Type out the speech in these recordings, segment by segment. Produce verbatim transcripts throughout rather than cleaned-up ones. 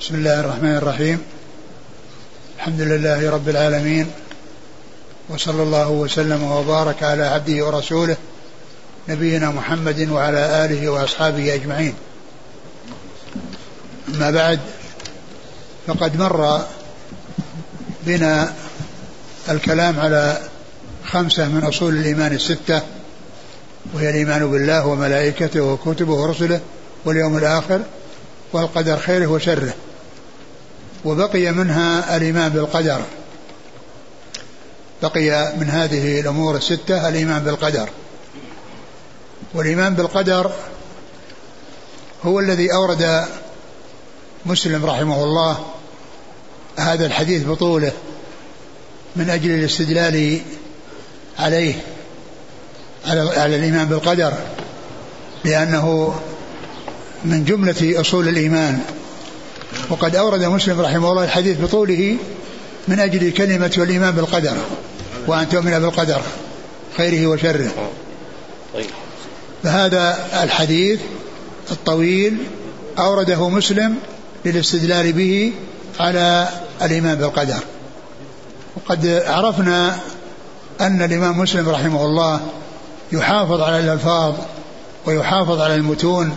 بسم الله الرحمن الرحيم. الحمد لله رب العالمين، وصلى الله وسلم وبارك على عبده ورسوله نبينا محمد وعلى آله وأصحابه أجمعين. أما بعد، فقد مر بنا الكلام على خمسة من أصول الإيمان الستة، وهي الإيمان بالله وملائكته وكتبه ورسله واليوم الآخر والقدر خيره وشره، وبقي منها الإيمان بالقدر. بقي من هذه الأمور الستة الإيمان بالقدر. والإيمان بالقدر هو الذي أورد مسلم رحمه الله هذا الحديث بطوله من أجل الاستدلال عليه على الإيمان بالقدر، لأنه من جملة أصول الإيمان. وقد أورد مسلم رحمه الله الحديث بطوله من أجل كلمة والإيمان بالقدر، وأن تؤمن بالقدر خيره وشره. فهذا الحديث الطويل أورده مسلم للاستدلال به على الإيمان بالقدر. وقد عرفنا أن الإمام مسلم رحمه الله يحافظ على الألفاظ ويحافظ على المتون،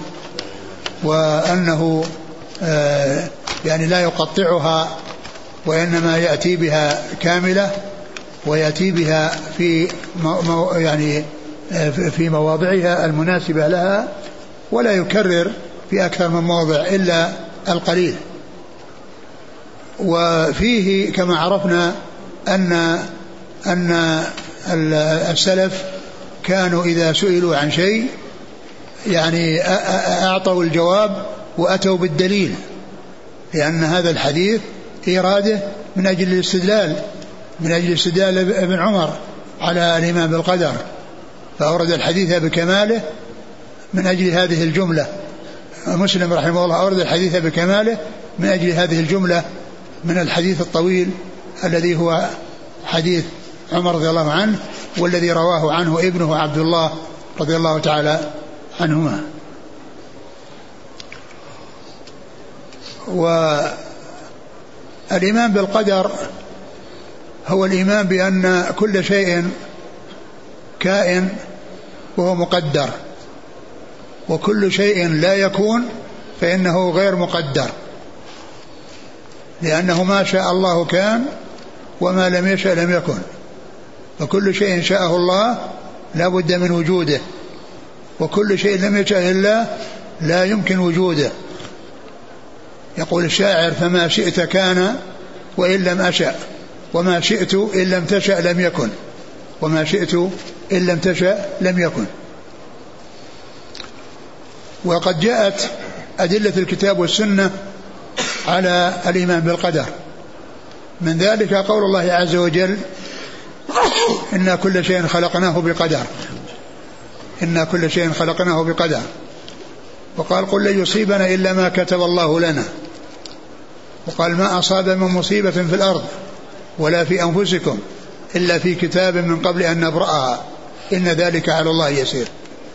وأنه آه يعني لا يقطعها، وإنما يأتي بها كاملة، ويأتي بها في مو يعني في مواضعها المناسبة لها، ولا يكرر في أكثر من موضع إلا القليل. وفيه كما عرفنا أن أن السلف كانوا إذا سئلوا عن شيء يعني أعطوا الجواب وأتوا بالدليل، لأن هذا الحديث إراده من أجل الاستدلال من أجل استدلال ابن عمر على الإيمان بالقدر، فأورد الحديث بكماله من أجل هذه الجملة. مسلم رحمه الله أورد الحديث بكماله من أجل هذه الجملة من الحديث الطويل الذي هو حديث عمر رضي الله عنه، والذي رواه عنه ابنه عبد الله رضي الله تعالى عنهما. والإيمان بالقدر هو الإيمان بأن كل شيء كائن وهو مقدر، وكل شيء لا يكون فإنه غير مقدر، لأنه ما شاء الله كان وما لم يشاء لم يكن، فكل شيء شاءه الله لا بد من وجوده، وكل شيء لم يشاء الله لا يمكن وجوده. يقول الشاعر: فما شئت كان وإن لم أشأ، وما شئت إن لم تشأ لم يكن، وما شئت إن لم تشأ لم يكن. وقد جاءت أدلة الكتاب والسنة على الإيمان بالقدر، من ذلك قول الله عز وجل: إنا كل شيء خلقناه بقدر إنا كل شيء خلقناه بقدر. وقال: قل لن يصيبنا إلا ما كتب الله لنا. وقال: ما أصاب من مصيبة في الأرض ولا في أنفسكم إلا في كتاب من قبل أن نبرأها إن ذلك على الله يسير.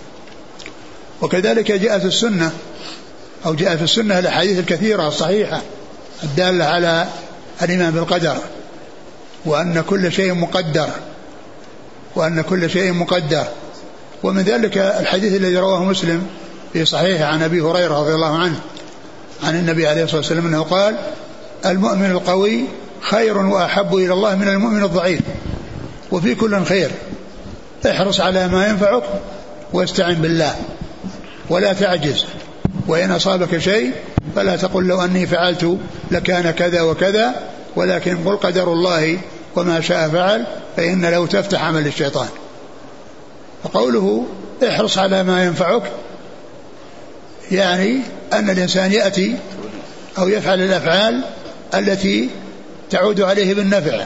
وكذلك جاءت السنة أو جاء في السنة الأحاديث الكثيرة الصحيحة الدالة على الإيمان بالقدر، وأن كل شيء مقدر وأن كل شيء مقدر. ومن ذلك الحديث الذي رواه مسلم في صحيح عن أبي هريرة رضي الله عنه عن النبي عليه الصلاة والسلام أنه قال: المؤمن القوي خير وأحب إلى الله من المؤمن الضعيف، وفي كل خير، احرص على ما ينفعك واستعن بالله ولا تعجز، وإن أصابك شيء فلا تقل لو أني فعلت لكان كذا وكذا، ولكن قل قدر الله وما شاء فعل، فإن لو تفتح عمل الشيطان. فقوله احرص على ما ينفعك يعني أن الإنسان يأتي أو يفعل الأفعال التي تعود عليه بالنفع،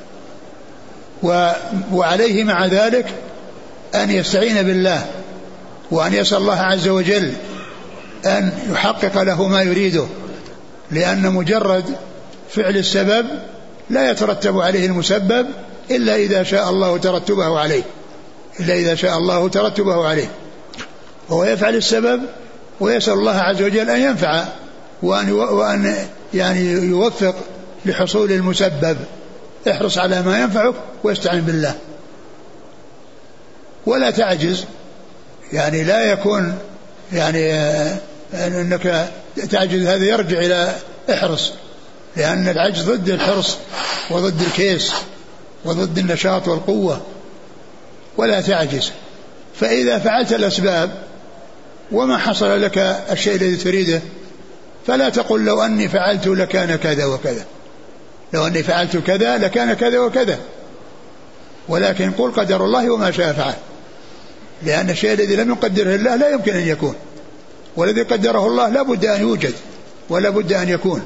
وعليه مع ذلك أن يستعين بالله، وأن يسأل الله عز وجل أن يحقق له ما يريده، لأن مجرد فعل السبب لا يترتب عليه المسبب إلا إذا شاء الله ترتبه عليه إلا إذا شاء الله ترتبه عليه وهو يفعل السبب ويسأل الله عز وجل أن ينفع وأن, وأن يعني يوفق لحصول المسبب. احرص على ما ينفعك واستعن بالله ولا تعجز. يعني لا يكون يعني أنك تعجز، هذا يرجع إلى احرص، لأن العجز ضد الحرص وضد الكيس وضد النشاط والقوة. ولا تعجز. فإذا فعلت الأسباب وما حصل لك الشيء الذي تريده فلا تقل لو أني فعلت لكان كذا وكذا، لو أني فعلت كذا لكان كذا وكذا، ولكن قل قدر الله وما شاء فعل، لأن الشيء الذي لم يقدره الله لا يمكن أن يكون، والذي قدره الله لا بد أن يوجد ولا بد أن يكون.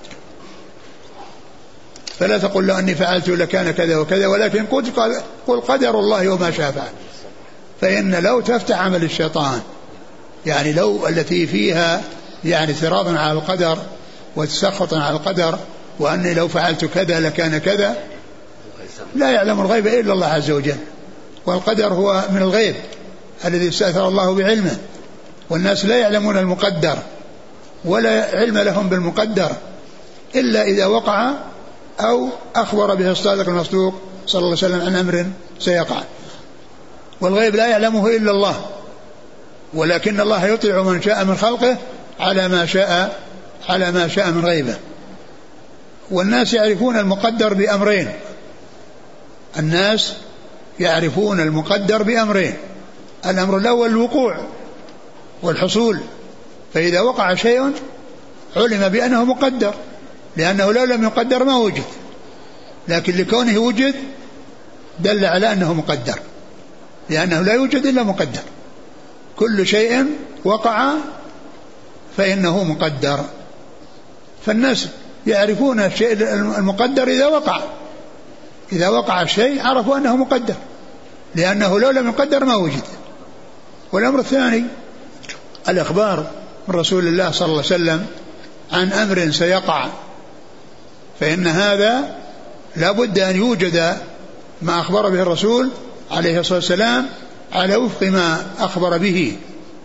فلا تقل لو أني فعلت لكان كذا وكذا، ولكن قل قدر الله وما شاء فعل. فإن لو تفتح عمل الشيطان، يعني لو التي فيها يعني اعتراضا على القدر وتسخطا على القدر، وأني لو فعلت كذا لكان كذا، لا يعلم الغيب إلا الله عز وجل، والقدر هو من الغيب الذي استأثر الله بعلمه، والناس لا يعلمون المقدر ولا علم لهم بالمقدر إلا إذا وقع أو أخبر به الصادق المصدوق صلى الله عليه وسلم عن أمر سيقع. والغيب لا يعلمه إلا الله، ولكن الله يطيع من شاء من خلقه على ما شاء على ما شاء من غيبه. والناس يعرفون المقدر بأمرين، الناس يعرفون المقدر بأمرين: الأمر الأول الوقوع والحصول، فإذا وقع شيء علم بأنه مقدر، لأنه لو لم يقدر ما وجد، لكن لكونه وجد دل على أنه مقدر، لأنه لا يوجد إلا مقدر. كل شيء وقع فإنه مقدر. فالناس يعرفون الشيء المقدر إذا وقع، إذا وقع الشيء عرفوا أنه مقدر، لأنه لو لم يقدر ما وجد. والأمر الثاني الإخبار من رسول الله صلى الله عليه وسلم عن أمر سيقع، فإن هذا لا بد أن يوجد ما أخبر به الرسول عليه الصلاة والسلام على وفق ما أخبر به.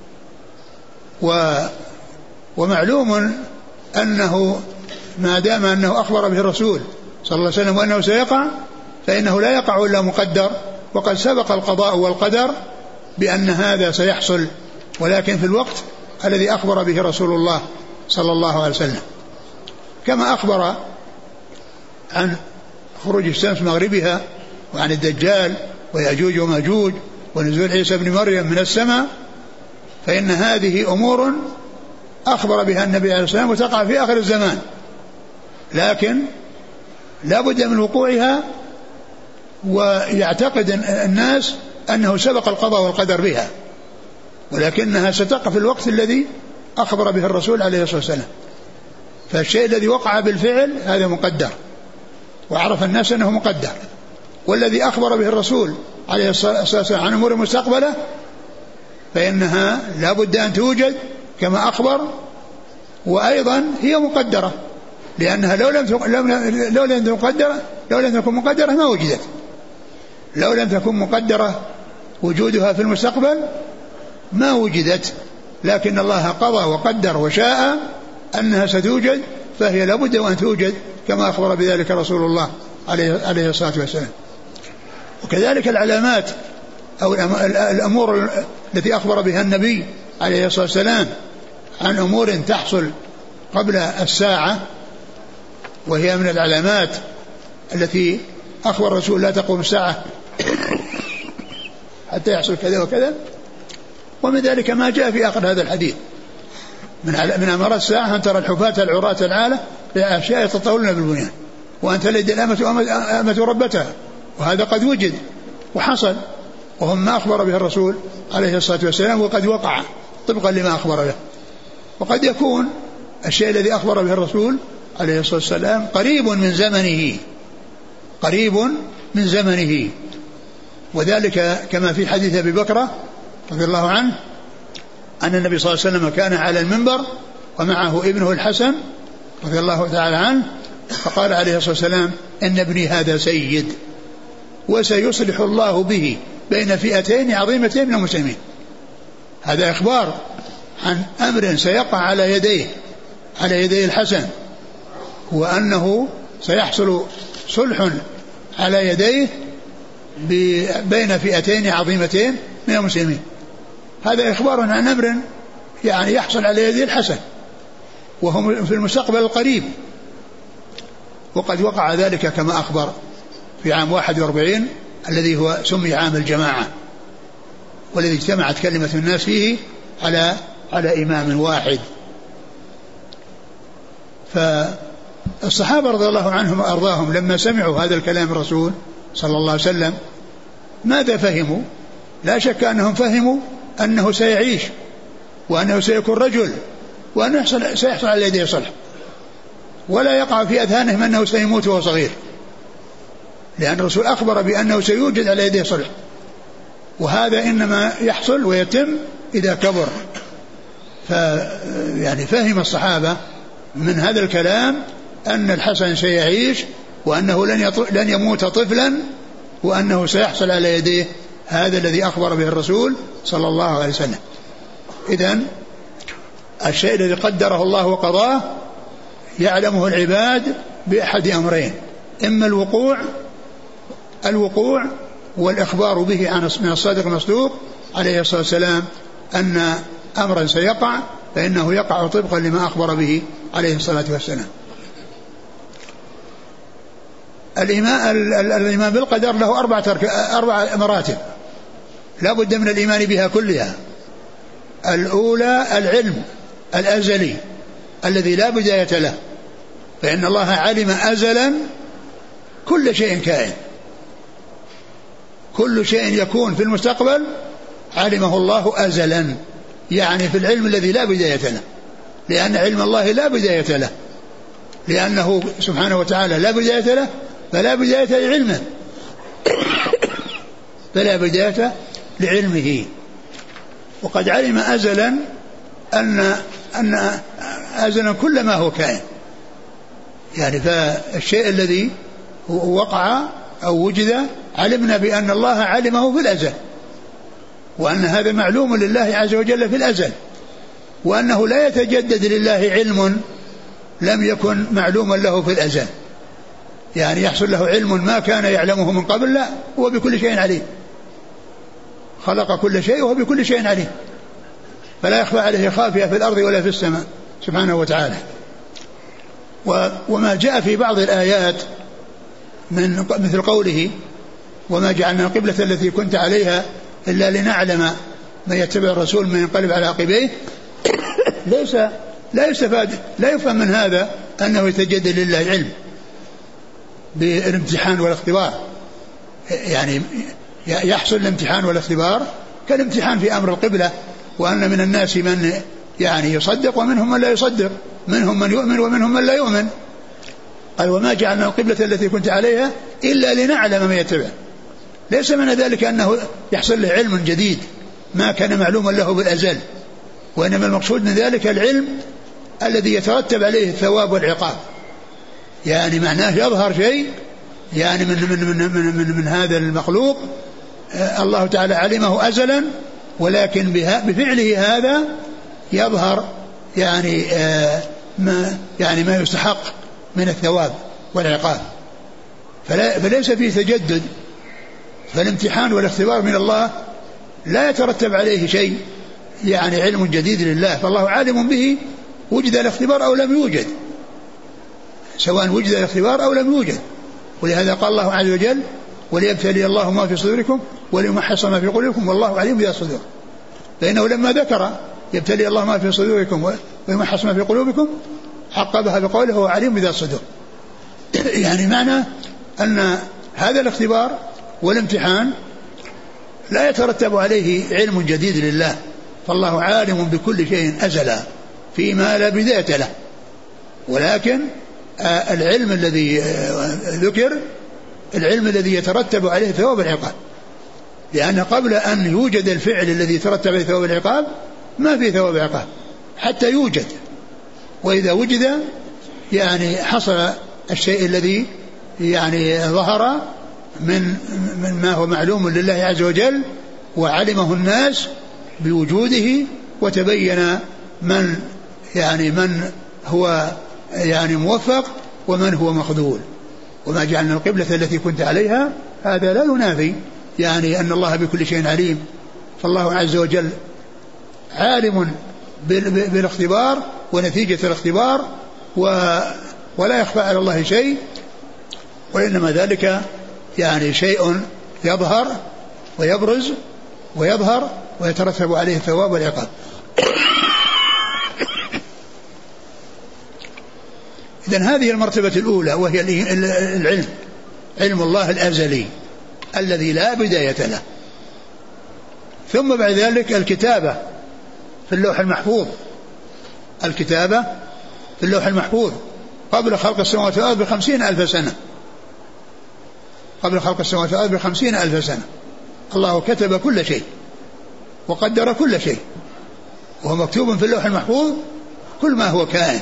و ومعلوم أنه ما دام أنه أخبر به الرسول صلى الله عليه وسلم وأنه سيقع فإنه لا يقع إلا مقدر، وقد سبق القضاء والقدر بأن هذا سيحصل، ولكن في الوقت الذي أخبر به رسول الله صلى الله عليه وسلم، كما أخبر عن خروج الشمس مغربها وعن الدجال ويأجوج وماجوج ونزول عيسى بن مريم من السماء، فإن هذه أمور أخبر بها النبي عليه الصلاة والسلام وتقع في آخر الزمان، لكن لا بد من وقوعها، ويعتقد الناس أنه سبق القضاء والقدر بها، ولكنها ستقع في الوقت الذي أخبر به الرسول عليه الصلاة والسلام. فالشيء الذي وقع بالفعل هذا مقدر، وعرف الناس أنه مقدر، والذي أخبر به الرسول عليه الصلاة والسلام عن أمور مستقبلة فإنها لا بد أن توجد كما أخبر، وأيضا هي مقدرة، لأنها لو لم لو لم تكن مقدرة لو لم تكن مقدرة ما وجدت، لو لم تكن مقدرة وجودها في المستقبل ما وجدت، لكن الله قضى وقدر وشاء أنها ستوجد، فهي لابد وأن توجد كما أخبر بذلك رسول الله عليه الصلاة والسلام. وكذلك العلامات أو الأمور التي أخبر بها النبي عليه الصلاة والسلام عن أمور تحصل قبل الساعة، وهي من العلامات التي أخبر الرسول لا تقوم الساعة حتى يحصل كذا وكذا، ومن ذلك ما جاء في آخر هذا الحديث من من أمر الساعة أن ترى الحفاة العراة العالة لأشياء يتطاولون بالبنيان وأن تلد الأمة أمة ربتها، وهذا قد وجد وحصل، وهم ما أخبر به الرسول عليه الصلاة والسلام وقد وقع طبقا لما أخبر به. وقد يكون الشيء الذي أخبر به الرسول عليه الصلاة والسلام قريب من زمنه قريب من زمنه وذلك كما في حديث أبي بكر رضي الله عنه أن النبي صلى الله عليه وسلم كان على المنبر ومعه ابنه الحسن رضي الله تعالى عنه، فقال عليه الصلاة والسلام: إن ابني هذا سيد وسيصلح الله به بين فئتين عظيمتين من المسلمين. هذا إخبار عن أمر سيقع على يديه على يدي الحسن، وأنه سيحصل صلح على يديه بين فئتين عظيمتين من المسلمين. هذا إخبار عن أمر يعني يحصل على يدي الحسن وهم في المستقبل القريب، وقد وقع ذلك كما أخبر في عام واحد وأربعين الذي هو سمي عام الجماعة، والذي اجتمعت كلمة الناس فيه على على إمام واحد. فالصحابة رضي الله عنهم وأرضاهم لما سمعوا هذا الكلام الرسول صلى الله عليه وسلم ماذا فهموا؟ لا شك أنهم فهموا أنه سيعيش وأنه سيكون رجل وأنه سيحصل على يديه صلح، ولا يقع في أذهانهم أنه سيموت وهو صغير، لأن الرسول أخبر بأنه سيوجد على يديه صلح، وهذا إنما يحصل ويتم إذا كبر. فيعني فهم الصحابة من هذا الكلام أن الحسن سيعيش وأنه لن, لن يموت طفلا، وأنه سيحصل على يديه هذا الذي أخبر به الرسول صلى الله عليه وسلم. إذن الشيء الذي قدره الله وقضاه يعلمه العباد بأحد أمرين: إما الوقوع الوقوع والإخبار به عن من الصادق المصدوق عليه الصلاة والسلام أن أمرا سيقع فإنه يقع طبقا لما أخبر به عليه الصلاة والسلام. الإيمان بالقدر له أربعة أربع مراتب لا بد من الإيمان بها كلها. الأولى العلم الأزلي الذي لا بداية له، فإن الله علم أزلا كل شيء كائن، كل شيء يكون في المستقبل علمه الله أزلا، يعني في العلم الذي لا بداية له، لأن علم الله لا بداية له، لأنه سبحانه وتعالى لا بداية له فلا بداية لعلمه فلا بداية لعلمه. وقد علم أزلا أن أن أزلا كل ما هو كائن، يعني فالشيء الذي وقع أو وجد علمنا بأن الله علمه في الأزل، وأن هذا معلوم لله عز وجل في الأزل، وأنه لا يتجدد لله علم لم يكن معلوما له في الأزل، يعني يحصل له علم ما كان يعلمه من قبل، لا، هو بكل شيء عليم، خلق كل شيء وهو بكل شيء عليم، فلا يخفى عليه خافية في الأرض ولا في السماء سبحانه وتعالى. وما جاء في بعض الآيات من مثل قوله: وما جعلنا القبلة التي كنت عليها إلا لنعلم من يتبع الرسول من ينقلب على عقبيه، ليس لا يستفاد لا يفهم من هذا أنه يتجدد لله علم بالامتحان والاختبار، يعني يحصل الامتحان والاختبار كالامتحان في أمر القبلة، وأن من الناس من يعني يصدق ومنهم من لا يصدق، منهم من يؤمن ومنهم من لا يؤمن. قال: وما جعلنا القبلة التي كنت عليها إلا لنعلم من يتبع، ليس من ذلك أنه يحصل له علم جديد ما كان معلوما له بالأزل، وإنما المقصود من ذلك العلم الذي يترتب عليه الثواب والعقاب، يعني معناه يظهر شيء يعني من, من, من, من, من, من هذا المخلوق الله تعالى علمه أزلا، ولكن بفعله هذا يظهر يعني ما يعني ما يستحق من الثواب والعقاب، فليس فيه تجدد. فالامتحان والاختبار من الله لا يترتب عليه شيء يعني علم جديد لله، فالله عالم به وجد الاختبار أو لم يوجد، سواء وجد الاختبار أو لم يوجد. ولهذا قال الله عز وجل: وليبتلي الله ما في صدوركم وليمحص ما في قلوبكم والله عليم بذات الصدور. فإنه لما ذكر يبتلي الله ما في صدوركم ويمحص ما في قلوبكم عقبها بقوله هو عليم بذات الصدور. يعني معنى أن هذا الاختبار والامتحان لا يترتب عليه علم جديد لله، فالله عالم بكل شيء أزلا فيما لا بداية له، ولكن العلم الذي ذكر العلم الذي يترتب عليه ثواب العقاب، لأن قبل أن يوجد الفعل الذي يترتب عليه ثواب العقاب ما في ثواب عقاب حتى يوجد، وإذا وجد يعني حصل الشيء الذي يعني ظهر من من ما هو معلوم لله عز وجل وعلمه الناس بوجوده، وتبين من يعني من هو يعني موفق ومن هو مخذول. وما جعلنا القبلة التي كنت عليها هذا لا ينافي يعني أن الله بكل شيء عليم. فالله عز وجل عالم بالاختبار ونتيجة الاختبار ولا يخفى على الله شيء، وإنما ذلك يعني شيء يظهر ويبرز ويظهر ويترتب عليه الثواب والعقاب. إذن هذه المرتبة الأولى وهي العلم، علم الله الأزلي الذي لا بداية له. ثم بعد ذلك الكتابة في اللوح المحفوظ، الكتابة في اللوح المحفوظ قبل خلق السماوات والأرض بخمسين ألف سنة، قبل خلق السماوات والأرض بخمسين ألف سنة الله كتب كل شيء وقدر كل شيء، وهو مكتوب في اللوح المحفوظ كل ما هو كائن.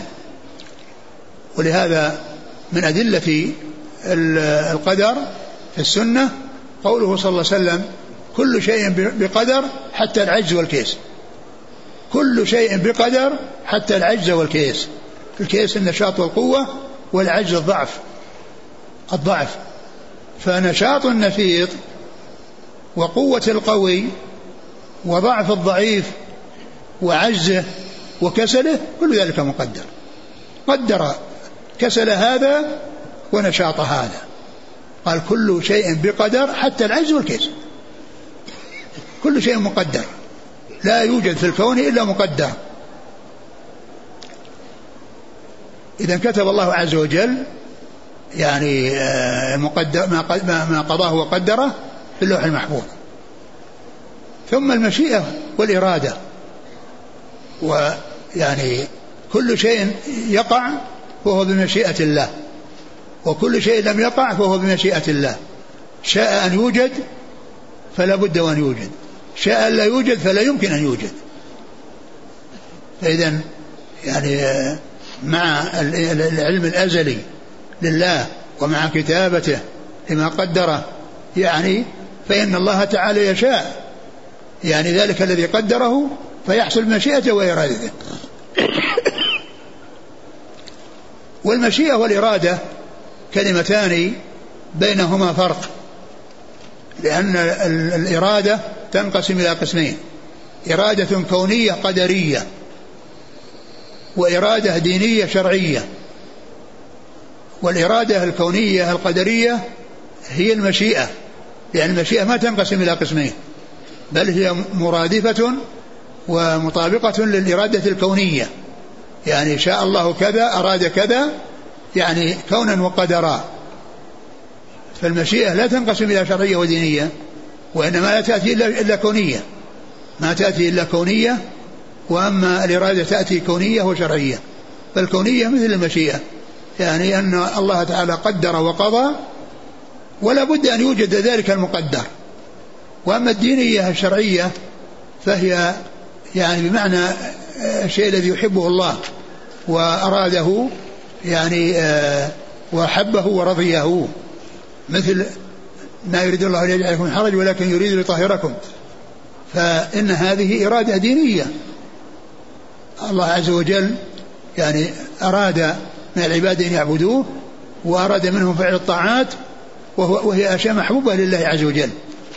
ولهذا من أدلة القدر في السنة قوله صلى الله عليه وسلم كل شيء بقدر حتى العجز والكيس، كل شيء بقدر حتى العجز والكيس. الكيس النشاط والقوة، والعجز الضعف الضعف فنشاط النشيط وقوة القوي وضعف الضعيف وعجزه وكسله كل ذلك مقدر. قدر كسل هذا ونشاط هذا، قال كل شيء بقدر حتى العجز والكسل، كل شيء مقدر، لا يوجد في الكون إلا مقدر. إذا كتب الله عز وجل يعني مقدر ما قضاه وقدره في اللوح المحفوظ. ثم المشيئة والإرادة، ويعني كل شيء يقع فهو بمشيئة الله، وكل شيء لم يقع فهو بمشيئة الله. شاء أن يوجد فلا بد وأن يوجد، شاء أن لا يوجد فلا يمكن أن يوجد. فإذن يعني مع العلم الأزلي لله ومع كتابته لما قدره يعني فإن الله تعالى يشاء يعني ذلك الذي قدره فيحصل مشيئته وإرادته. والمشيئة والإرادة كلمتان بينهما فرق، لأن الإرادة تنقسم إلى قسمين: إرادة كونية قدرية، وإرادة دينية شرعية. والإرادة الكونية القدرية هي المشيئة، لأن المشيئة ما تنقسم إلى قسمين، بل هي مرادفة ومطابقة للإرادة الكونية، يعني شاء الله كذا أراد كذا يعني كونا وقدرا. فالمشيئة لا تنقسم إلى شرعية ودينية، وإنما لا تأتي إلا كونية، ما تأتي إلا كونية. وأما الإرادة تأتي كونية وشرعية. فالكونية مثل المشيئة، يعني أن الله تعالى قدر وقضى ولا بد أن يوجد ذلك المقدر. وأما الدينية الشرعية فهي يعني بمعنى الشيء الذي يحبه الله وأراده يعني وحبه ورضيه، مثل ما يريد الله أن يجعلكم حرج ولكن يريد ليطهركم. فإن هذه إرادة دينية، الله عز وجل يعني أراد من العباد أن يعبدوه وأراد منهم فعل الطاعات، وهي أشياء محبوبة لله عز وجل،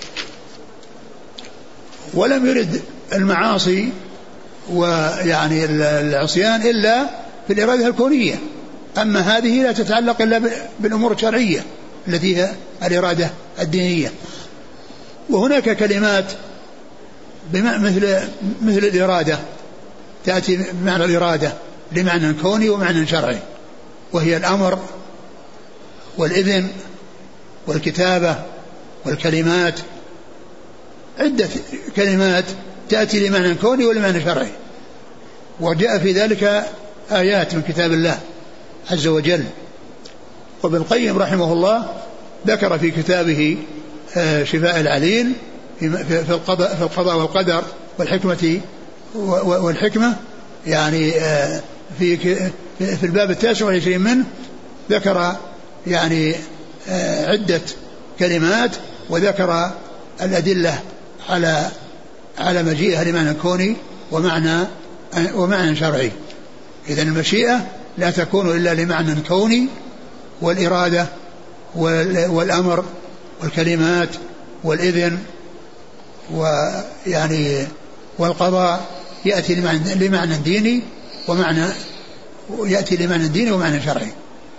ولم يرد المعاصي ويعني العصيان إلا في الإرادة الكونية. أما هذه لا تتعلق إلا بالأمور الشرعية التي هي الإرادة الدينية. وهناك كلمات مثل مثل الإرادة تأتي بمعنى الإرادة لمعنى كوني ومعنى شرعي، وهي الأمر والإذن والكتابة والكلمات. عدة كلمات تأتي لمعنى كوني ولمعنى شرعي، وجاء في ذلك آيات من كتاب الله عز وجل. وابن القيم رحمه الله ذكر في كتابه شفاء العليل في القضاء في القضاء والقدر والحكمة والحكمة يعني في في الباب التاسع والعشرين منه ذكر يعني عدة كلمات، وذكر الأدلة على على مجيئها لمعنى كوني ومعنى ومعنى شرعي. إذن المشيئة لا تكون إلا لمعنى كوني، والإرادة والأمر والكلمات والإذن ويعني والقضاء يأتي لمعنى, لمعنى ديني ومعنى يأتي لمعنى ديني ومعنى شرعي.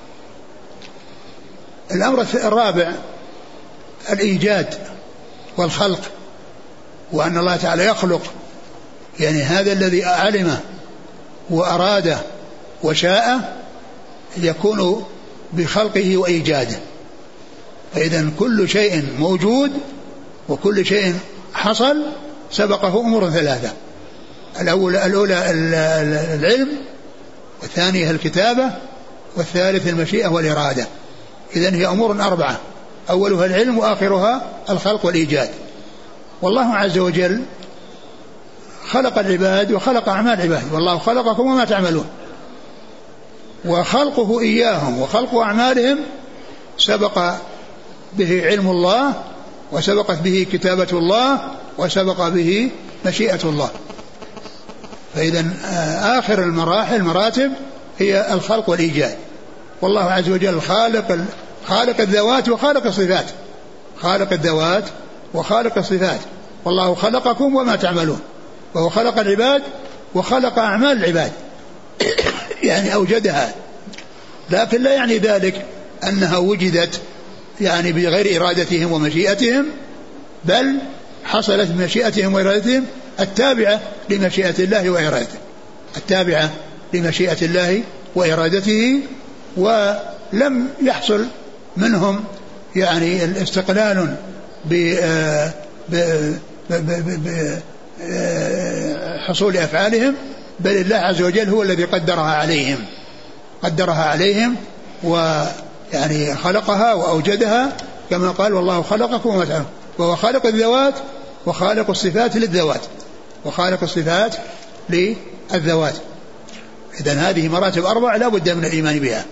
الأمر الرابع الإيجاد والخلق، وأن الله تعالى يخلق، يعني هذا الذي علمه وأراده وشاء يكون بخلقه وإيجاده. فإذا كل شيء موجود وكل شيء حصل سبقه أمور ثلاثة: الأولى, الأولى العلم، والثانية الكتابة، والثالث المشيئة والإرادة. إذن هي أمور أربعة: أولها العلم وآخرها الخلق والإيجاد. والله عز وجل خلق العباد وخلق أعمال العباد، والله خلقكم وما تعملون، وخلقه إياهم وخلق أعمالهم سبق به علم الله، وسبقت به كتابة الله، وسبق به مشيئة الله. فإذا آخر المراحل المراتب هي الخلق والإيجاد. والله عز وجل خالق خالق الذوات وخالق الصفات، خالق الذوات وخالق الصفات. والله خلقكم وما تعملون، وهو خلق العباد وخلق أعمال العباد يعني أوجدها، لكن لا يعني ذلك أنها وجدت يعني بغير إرادتهم ومشيئتهم، بل حصلت بمشيئتهم وإرادتهم التابعة لمشيئة الله وإرادته، التابعة لمشيئة الله وإرادته، ولم يحصل منهم يعني الاستقلال بحصول أفعالهم، بل الله عز وجل هو الذي قدرها عليهم قدرها عليهم ويعني خلقها وأوجدها، كما قال: والله خلقكم وما تعملون. وهو خالق الذوات وخالق الصفات للذوات وخالق الصفات للذوات. إذن هذه مراتب أربع لا بد من الإيمان بها: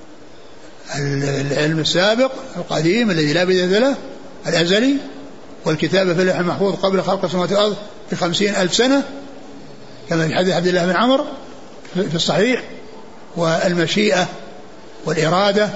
العلم السابق القديم الذي لا بداية له الأزلي، والكتابة في اللوح المحفوظ قبل خلق السماوات والأرض بخمسين ألف سنة كما في حديث عبد الله بن عمرو في الصحيح، والمشيئة والإرادة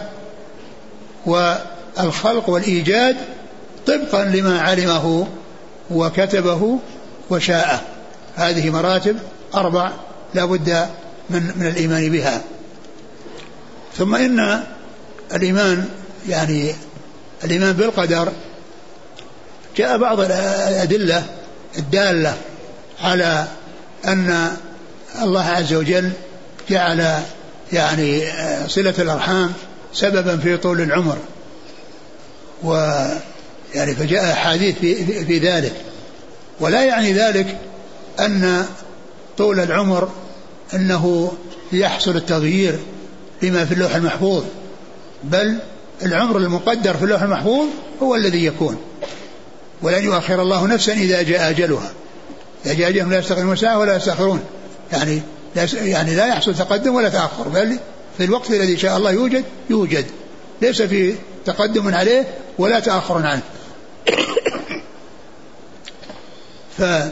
والخلق والإيجاد طبقا لما علمه وكتبه وشاءه. هذه مراتب أربع لا بد من, من الإيمان بها. ثم إن الإيمان يعني الإيمان بالقدر جاء بعض الأدلة الدالة على أن الله عز وجل جعل يعني صلة الأرحام سببا في طول العمر، ويعني فجاء حديث في, في, في ذلك، ولا يعني ذلك أن طول العمر أنه يحصل التغيير لما في اللوح المحفوظ، بل العمر المقدر في اللوح المحفوظ هو الذي يكون، ولن يؤخر الله نفسا إذا جاء أجلها، إذا جاء أجلهم لا يستقدمون ساعة ولا يستأخرون، يعني يعني لا يحصل تقدم ولا تأخر، بل في الوقت الذي شاء الله يوجد يوجد، ليس في تقدم عليه ولا تأخر عنه. فهذه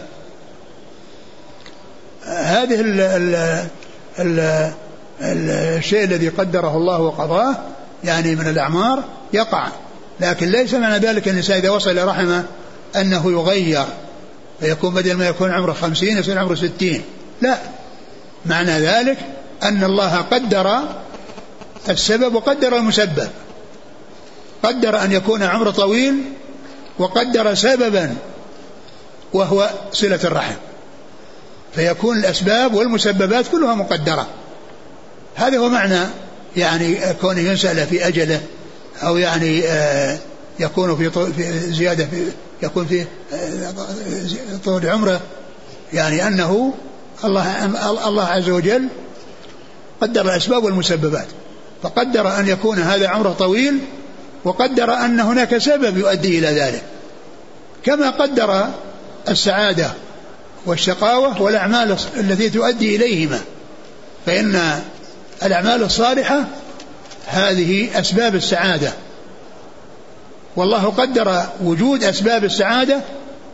ال ال ال الشيء الذي قدره الله وقضاه يعني من الأعمار يقع، لكن ليس معنى ذلك أن الإنسان إذا وصل إلى رحمه أنه يغير فيكون بدل ما يكون عمره خمسين يصير عمره ستين، لا، معنى ذلك أن الله قدر السبب وقدر المسبب، قدر أن يكون عمره طويل وقدر سببا وهو صلة الرحم، فيكون الأسباب والمسببات كلها مقدرة. هذا هو معنى يعني كونه ينسأل في أجله، أو يعني يكون في زيادة في يكون في طول عمره، يعني أنه الله الله عز وجل قدر الأسباب والمسببات، فقدر أن يكون هذا عمره طويل، وقدر أن هناك سبب يؤدي إلى ذلك، كما قدر السعادة والشقاوة والأعمال التي تؤدي إليهما، فإن الأعمال الصالحة هذه أسباب السعادة، والله قدر وجود أسباب السعادة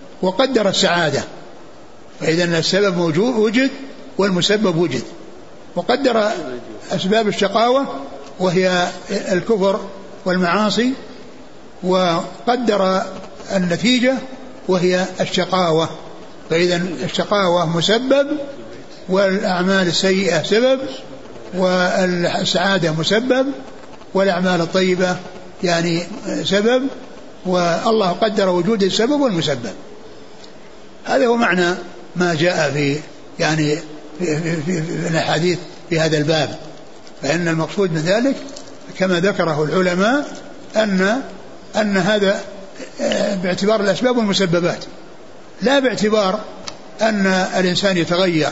وقدر السعادة، فإذا السبب موجود وجد والمسبب وجد، وقدر أسباب الشقاوة وهي الكفر والمعاصي، وقدر النتيجة وهي الشقاوة. فإذا الشقاوة مسبب، والأعمال السيئة سبب، والسعادة مسبب، والأعمال الطيبة يعني سبب، والله قدر وجود السبب والمسبب. هذا هو معنى ما جاء في يعني في, في, في, في الأحاديث في هذا الباب. فإن المقصود من ذلك كما ذكره العلماء أن أن هذا باعتبار الأسباب والمسببات، لا باعتبار أن الإنسان يتغير،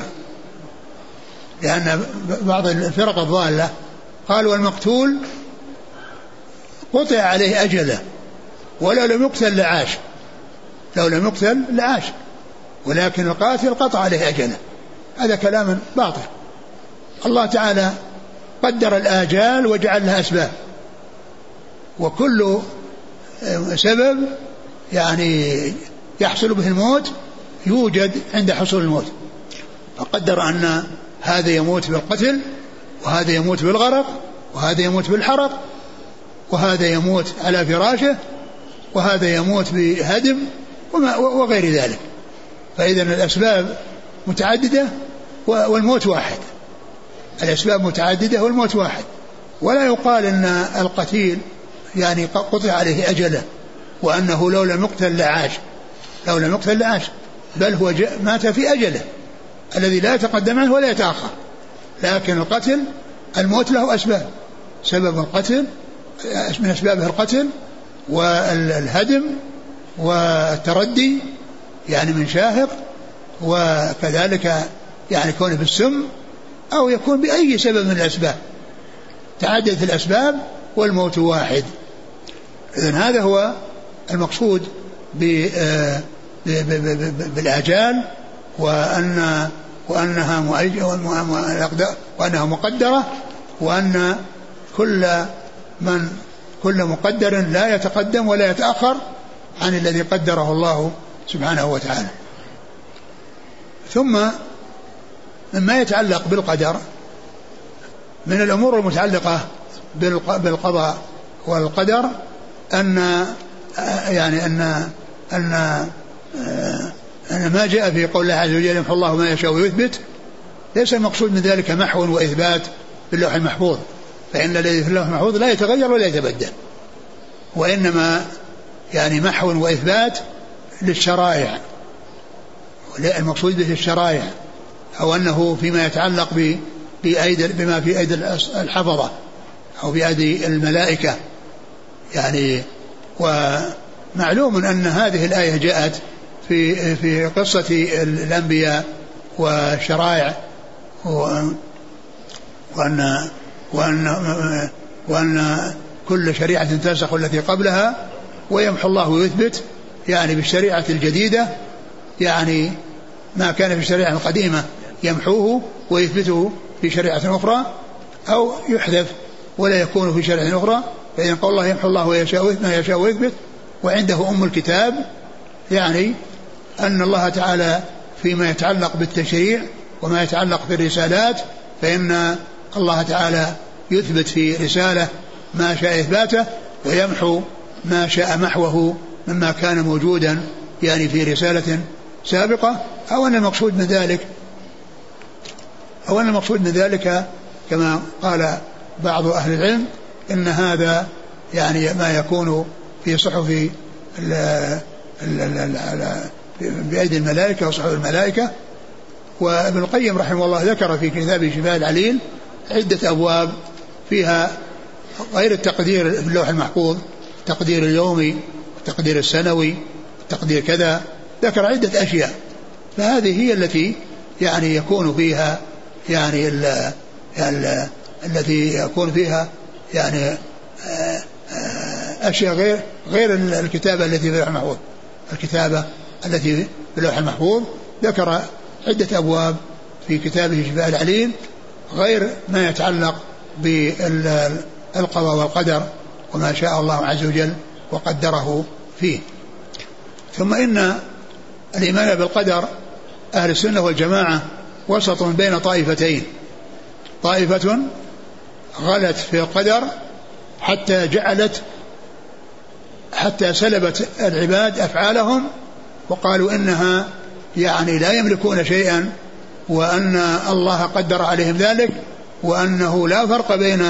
لأن بعض الفرق الضالة قالوا المقتول قطع عليه أجله ولو لم يقتل لعاش، لو لم يقتل لعاش، ولكن القاتل قطع عليه أجله. هذا كلام باطل. الله تعالى قدر الآجال وجعل لها أسباب، وكل سبب يعني يحصل به الموت يوجد عند حصول الموت. فقدر أن هذا يموت بالقتل، وهذا يموت بالغرق، وهذا يموت بالحرق، وهذا يموت على فراشه، وهذا يموت بهدم وغير ذلك. فإذا الأسباب متعددة والموت واحد، الأسباب متعددة والموت واحد. ولا يقال أن القتيل يعني قطع عليه أجله وأنه لو لم يقتل لعاش، لو لم يقتل لعاش، بل هو مات في أجله الذي لا يتقدم عنه ولا يتأخر. لكن القتل الموت له أسباب، سبب القتل من أسبابه القتل والهدم والتردي يعني من شاهق، وكذلك يعني كونه بالسم أو يكون بأي سبب من الأسباب. تعددت الأسباب والموت واحد. إذن هذا هو المقصود بالآجال، وأن وأنها وأنها مقدرة، وأن كل من كل مقدر لا يتقدم ولا يتأخر عن الذي قدره الله سبحانه وتعالى. ثم مما يتعلق بالقدر من الأمور المتعلقة بالقضاء والقدر أن يعني أن أن أن ما جاء في قول الله عز وجل يمحو الله ما يشاء ويثبت، ليس المقصود من ذلك محو وإثبات في اللوح المحفوظ، فإن الذي في اللوح المحفوظ لا يتغير ولا يتبدل، وإنما يعني محو وإثبات للشرائع، المقصود به الشرائع، أو أنه فيما يتعلق بأيدي بما في أيدي الحفظة أو بأيدي الملائكة يعني. ومعلوم أن هذه الآية جاءت في في قصة الأنبياء والشرائع، وأن وأن وأن كل شريعة تنسخ التي قبلها ويمحو الله ويثبت، يعني بالشريعة الجديدة يعني ما كان في الشريعة القديمة يمحوه ويثبته في شريعة أخرى، أو يحذف ولا يكون في شريعة أخرى. فإن قول الله يمحو الله ما يشاء ويثبت، وعنده أم الكتاب، يعني أن الله تعالى فيما يتعلق بالتشريع وما يتعلق بالرسالات فإن الله تعالى يثبت في رسالة ما شاء إثباته، ويمحو ما شاء محوه مما كان موجودا يعني في رسالة سابقة. أو أن المقصود من ذلك أو أن المقصود من ذلك كما قال بعض أهل العلم إن هذا يعني ما يكون في صحف بأيدي الملائكة وصحف الملائكة. وابن القيم رحمه الله ذكر في كتابه شفاء العليل عدة أبواب فيها غير التقدير في اللوح المحفوظ، التقدير اليومي، التقدير السنوي، التقدير كذا، ذكر عدة أشياء. فهذه هي التي يعني يكون فيها يعني ال ال التي يكون فيها يعني أشياء غير غير الكتابة التي في اللوح المحفوظ. الكتابة التي في اللوح المحفوظ ذكر عدة أبواب في كتابه شفاء العليل غير ما يتعلق بالقضاء والقدر وما شاء الله عز وجل وقدره فيه. ثم إن الإيمان بالقدر أهل السنة والجماعة وسط بين طائفتين، طائفة غلت في القدر حتى جعلت حتى سلبت العباد أفعالهم وقالوا إنها يعني لا يملكون شيئا وأن الله قدر عليهم ذلك وأنه لا فرق بين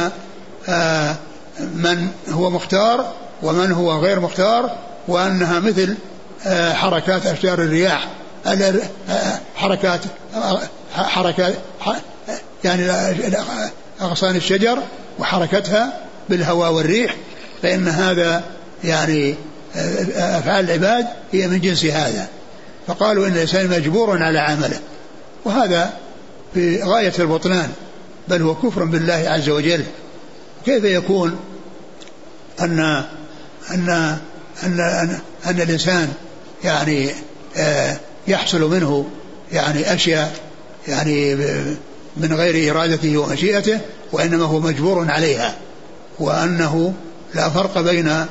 من هو مختار ومن هو غير مختار وأنها مثل حركات أشجار الرياح حركات حركات يعني أغصان الشجر وحركتها بالهواء والريح فإن هذا يعني أفعال العباد هي من جنس هذا. فقالوا إن الإنسان مجبور على عمله وهذا في غاية البطلان بل هو كفر بالله عز وجل. كيف يكون أن أن أن أن, أن الإنسان يعني يحصل منه يعني أشياء يعني من غير إرادته ومشيئته وإنما هو مجبور عليها وأنه لا فرق بين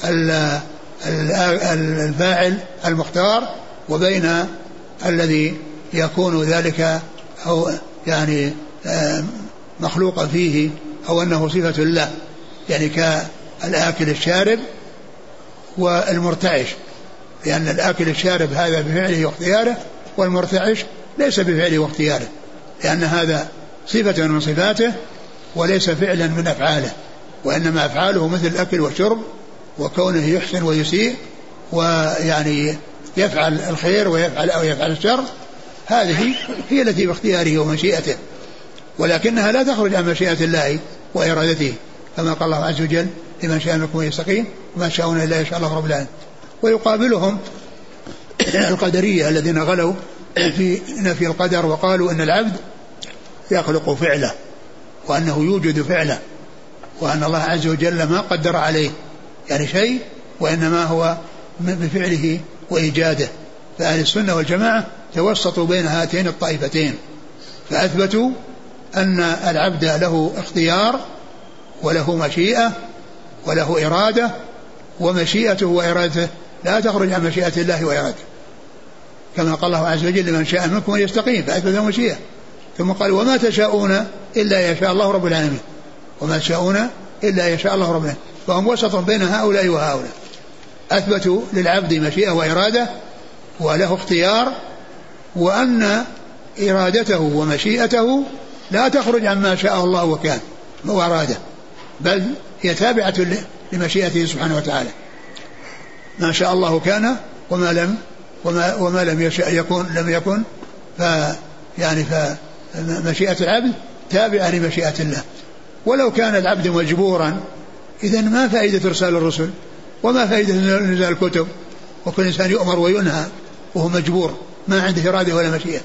الفاعل المختار وبين الذي يكون ذلك أو يعني مخلوقا فيه أو أنه صفة الله يعني كالآكل الشارب والمرتعش لأن الآكل الشارب هذا بفعله واختياره والمرتعش ليس بفعله واختياره لأن هذا صفة من صفاته وليس فعلا من أفعاله وإنما أفعاله مثل الأكل والشرب وكونه يحسن ويسيء ويعني يفعل الخير ويفعل أو يفعل الشر هذه هي التي باختياره ومشيئته ولكنها لا تخرج عن مشيئة الله وإرادته كما قال الله عز وجل لمن شاء منكم يستقيم وما شاءون إلا يشاء الله رب العالمين. ويقابلهم القدرية الذين غلوا في نفي القدر وقالوا إن العبد يخلق فعله وأنه يوجد فعله وأن الله عز وجل ما قدر عليه يعني شيء وإنما هو بفعله وإيجاده. فأهل السنة والجماعة توسطوا بين هاتين الطائفتين فأثبتوا أن العبد له اختيار وله مشيئة وله إرادة ومشيئته وإرادته لا تخرج عن مشيئة الله وإرادته كما قال الله عز وجل لمن شاء منكم أن يستقيم فأثبتوا مشيئة ثم قال وما تشاءون إلا يشاء الله رب العالمين وما تشاءون إلا يشاء الله رب العالمين. فهم وسط بين هؤلاء وهؤلاء أثبتوا للعبد مشيئة وإرادة وله اختيار وأن إرادته ومشيئته لا تخرج عما شاء الله وكان وأراده بل هي تابعة لمشيئته سبحانه وتعالى ما شاء الله كان وما لم وما, وما لم يشاء يكون لم يكن ف يعني فمشيئة العبد تابعة لمشيئة الله. ولو كان العبد مجبورا إذن ما فائدة إرسال الرسل وما فائدة نزال الكتب وكل إنسان يؤمر وينهى وهو مجبور ما عنده إرادة ولا مشيئة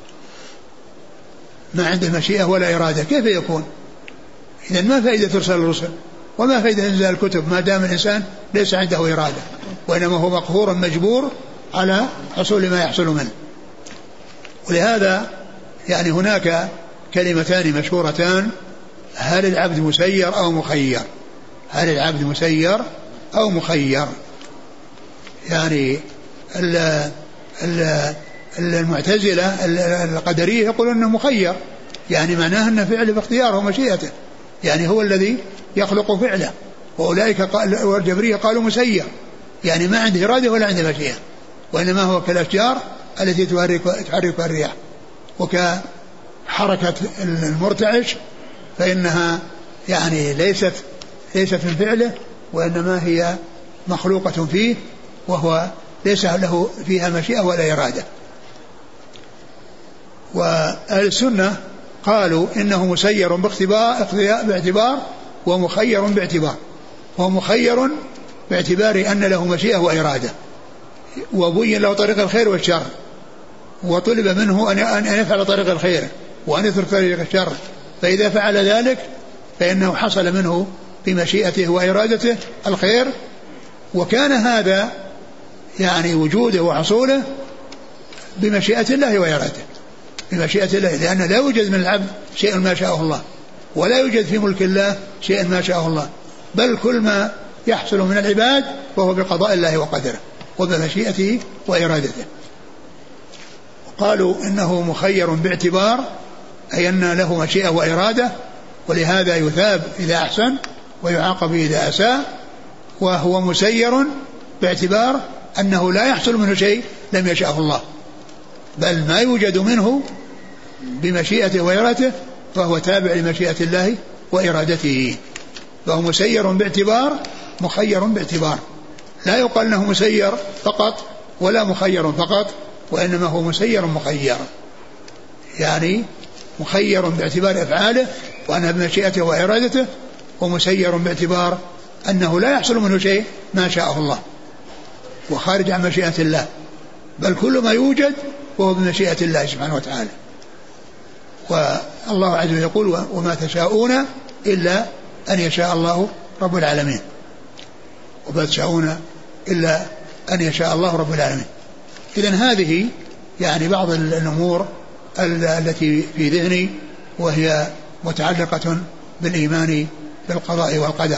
ما عنده مشيئة ولا إرادة كيف يكون؟ إذن ما فائدة إرسال الرسل وما فائدة نزال الكتب ما دام الإنسان ليس عنده إرادة وإنما هو مقهور مجبور على حصول ما يحصل منه. ولهذا يعني هناك كلمتان مشهورتان هل العبد مسير أو مخير هل العبد مسير أو مخير يعني ال ال المعتزلة القدرية يقولون أنه مخير يعني معناه أن فعله باختياره ومشيئته يعني هو الذي يخلق فعله وأولئك قال والجبرية قالوا مسير يعني ما عنده إرادة ولا عنده مشيئة وإنما هو كالأشجار التي تحرك الرياح وكحركة المرتعش فإنها يعني ليست ليست من فعله وإنما هي مخلوقة فيه وهو ليس له فيها مشيئة ولا إرادة. وأهل السنة قالوا إنه مسير باختبار باعتبار ومخير باعتبار هو مخير باعتبار أن له مشيئة وإرادة وبين له طريق الخير والشر وطلب منه أن يفعل طريق الخير وأن يترك طريق الشر فإذا فعل ذلك فإنه حصل منه بمشيئته وإرادته الخير وكان هذا يعني وجوده وحصوله بمشيئة الله وإرادته بمشيئة الله لأن لا يوجد من العبد شيء ما شاءه الله ولا يوجد في ملك الله شيء ما شاءه الله بل كل ما يحصل من العباد وهو بقضاء الله وقدره وبمشيئته وإرادته. قالوا إنه مخير باعتبار أي أن له مشيئة وإرادة، ولهذا يثاب إذا أحسن ويعاقب إذا أساء، وهو مسير باعتبار أنه لا يحصل منه شيء لم يشاءه الله، بل ما يوجد منه بمشيئته وإرادته فهو تابع لمشيئة الله وإرادته، فهو مسير باعتبار مخير باعتبار، لا يقال أنه مسير فقط ولا مخير فقط، وإنما هو مسير مخير، يعني مخير باعتبار أفعاله وأنها بمشيئته وإرادته، ومسير باعتبار أنه لا يحصل منه شيء ما شاءه الله وخارج عن مشيئة الله، بل كل ما يوجد وهو بمشيئة الله سبحانه وتعالى. والله عز وجل يقول وما تشاءون إلا أن يشاء الله رب العالمين، وما تشاءون إلا أن يشاء الله رب العالمين. إذن هذه يعني بعض الأمور التي في ذهني وهي متعلقة بالإيمان بالقضاء والقدر.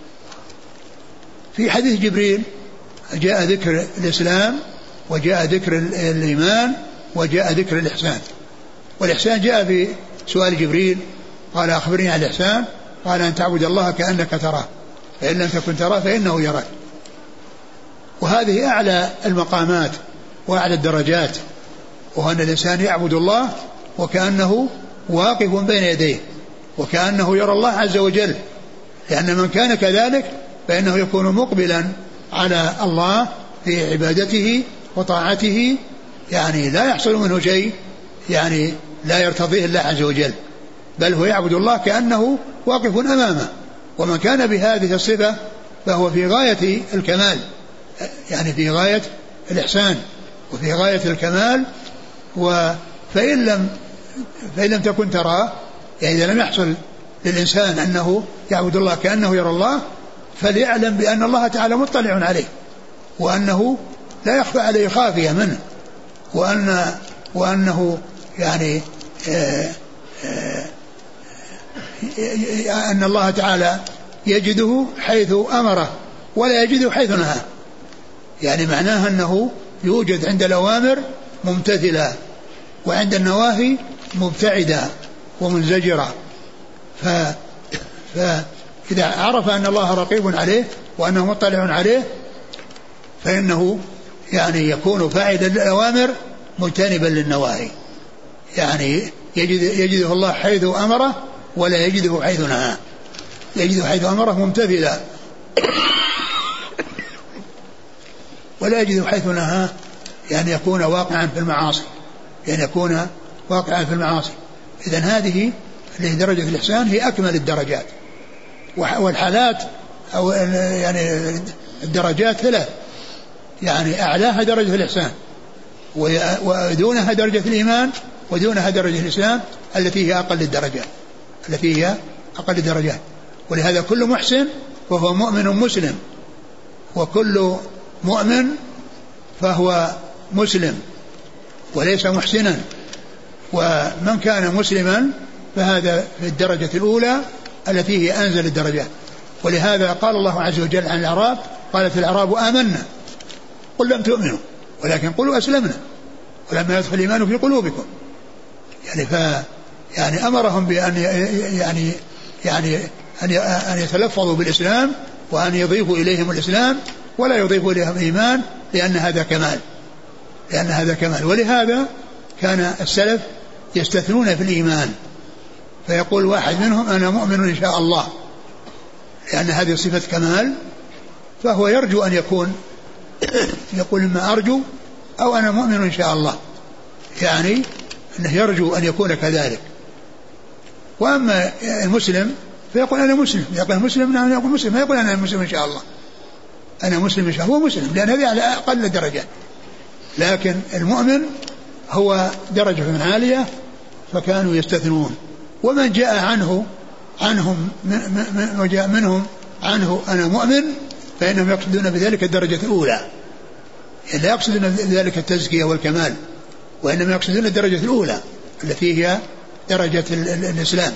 في حديث جبريل جاء ذكر الإسلام وجاء ذكر الإيمان وجاء ذكر الإحسان. والإحسان جاء في سؤال جبريل قال أخبرني عن الإحسان، قال أن تعبد الله كأنك تراه فإن لم تكن تراه فإنه يراك. وهذه أعلى المقامات وأعلى الدرجات، وهو أن الإنسان يعبد الله وكأنه واقف بين يديه وكأنه يرى الله عز وجل، لأن من كان كذلك فإنه يكون مقبلا على الله في عبادته وطاعته، يعني لا يحصل منه شيء يعني لا يرتضيه الله عز وجل، بل هو يعبد الله كأنه واقف أمامه. ومن كان بهذه الصفة فهو في غاية الكمال، يعني في غاية الإحسان وفي غاية الكمال. وفإن لم فإن لم تكن تراه، يعني إذا لم يحصل للإنسان أنه يعبد الله كأنه يرى الله، فليعلم بأن الله تعالى مطلع عليه، وأنه لا يخفى عليه خافية منه، وأن وأنه يعني آآ آآ أن الله تعالى يجده حيث أمره ولا يجده حيث نهاه، يعني معناها أنه يوجد عند الأوامر ممتثلا وعند النواهي مبتعدا ومنزجرا. ف... فإذا عرف أن الله رقيب عليه وأنه مطلع عليه فإنه يعني يكون فاعلا للأوامر مجتنبا للنواهي، يعني يجد يجده الله حيث أمره ولا يجده حيث نهاه، يجده حيث أمره ممتثلا ولا يجده حيث نهاه، يعني يكون واقعا في المعاصي، يعني يكون واقعا في المعاصي. إذن هذه اللي هي درجة الإحسان هي أكمل الدرجات، والحالات أو يعني الدرجات ثلاث، يعني أعلاها درجة الإحسان ودونها درجة الإيمان ودونها درجة الإسلام التي هي أقل الدرجات التي هي أقل الدرجات. ولهذا كل محسن فهو مؤمن مسلم، وكل مؤمن فهو مسلم وليس محسنا. ومن كان مسلما فهذا في الدرجة الأولى التي هي أنزل الدرجات. ولهذا قال الله عز وجل عن الأعراب قالت الأعراب آمنا قل لم تؤمنوا ولكن قلوا أسلمنا ولما يدخل الإيمان في قلوبكم، يعني ف يعني أمرهم بأن يعني يعني أن يتلفظوا بالإسلام وأن يضيفوا إليهم الإسلام ولا يضيفوا إليهم إيمان، لأن هذا كمال لأن هذا كمال. ولهذا كان السلف يستثنون في الإيمان، فيقول واحد منهم أنا مؤمن إن شاء الله، لأن هذه صفة كمال، فهو يرجو أن يكون يقول ما أرجو أو أنا مؤمن إن شاء الله، يعني أنه يرجو أن يكون كذلك. وأما المسلم فيقول أنا مسلم، يقول مسلم نعم يقول مسلم، ما يقول أنا مسلم إن شاء الله، أنا مسلم إن شاء الله، هو مسلم، لأن هذه على أقل درجات. لكن المؤمن هو درجة من عالية فكانوا يستثنون. ومن جاء عنه عنهم وجاء منهم عنه أنا مؤمن فإنهم يقصدون بذلك الدرجة الأولى، يعني لا يقصدون بذلك التزكية والكمال، وإنما يقصدون الدرجة الأولى التي هي درجة الإسلام.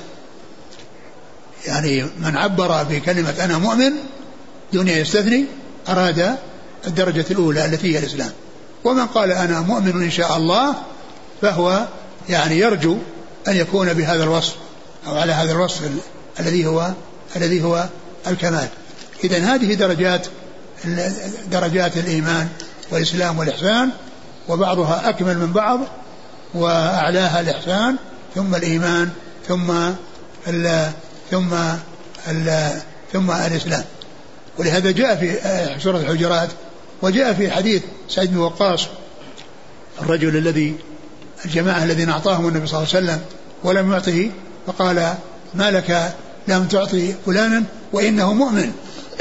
يعني من عبر بكلمة أنا مؤمن دون يستثني أراد الدرجة الأولى التي هي الإسلام. ومن قال أنا مؤمن إن شاء الله فهو يعني يرجو أن يكون بهذا الوصف أو على هذا الوصف الذي هو الذي هو الكمال. إذن هذه درجات درجات الإيمان والإسلام والإحسان، وبعضها أكمل من بعض، وأعلاها الإحسان ثم الإيمان ثم ال ثم ال ثم الإسلام. ولهذا جاء في سورة الحجرات وجاء في حديث سعيد بن وقاص الرجل الذي الجماعة الذين أعطاهم النبي صلى الله عليه وسلم ولم يعطه، فقال ما لك لم تعطي فلانا وإنه مؤمن.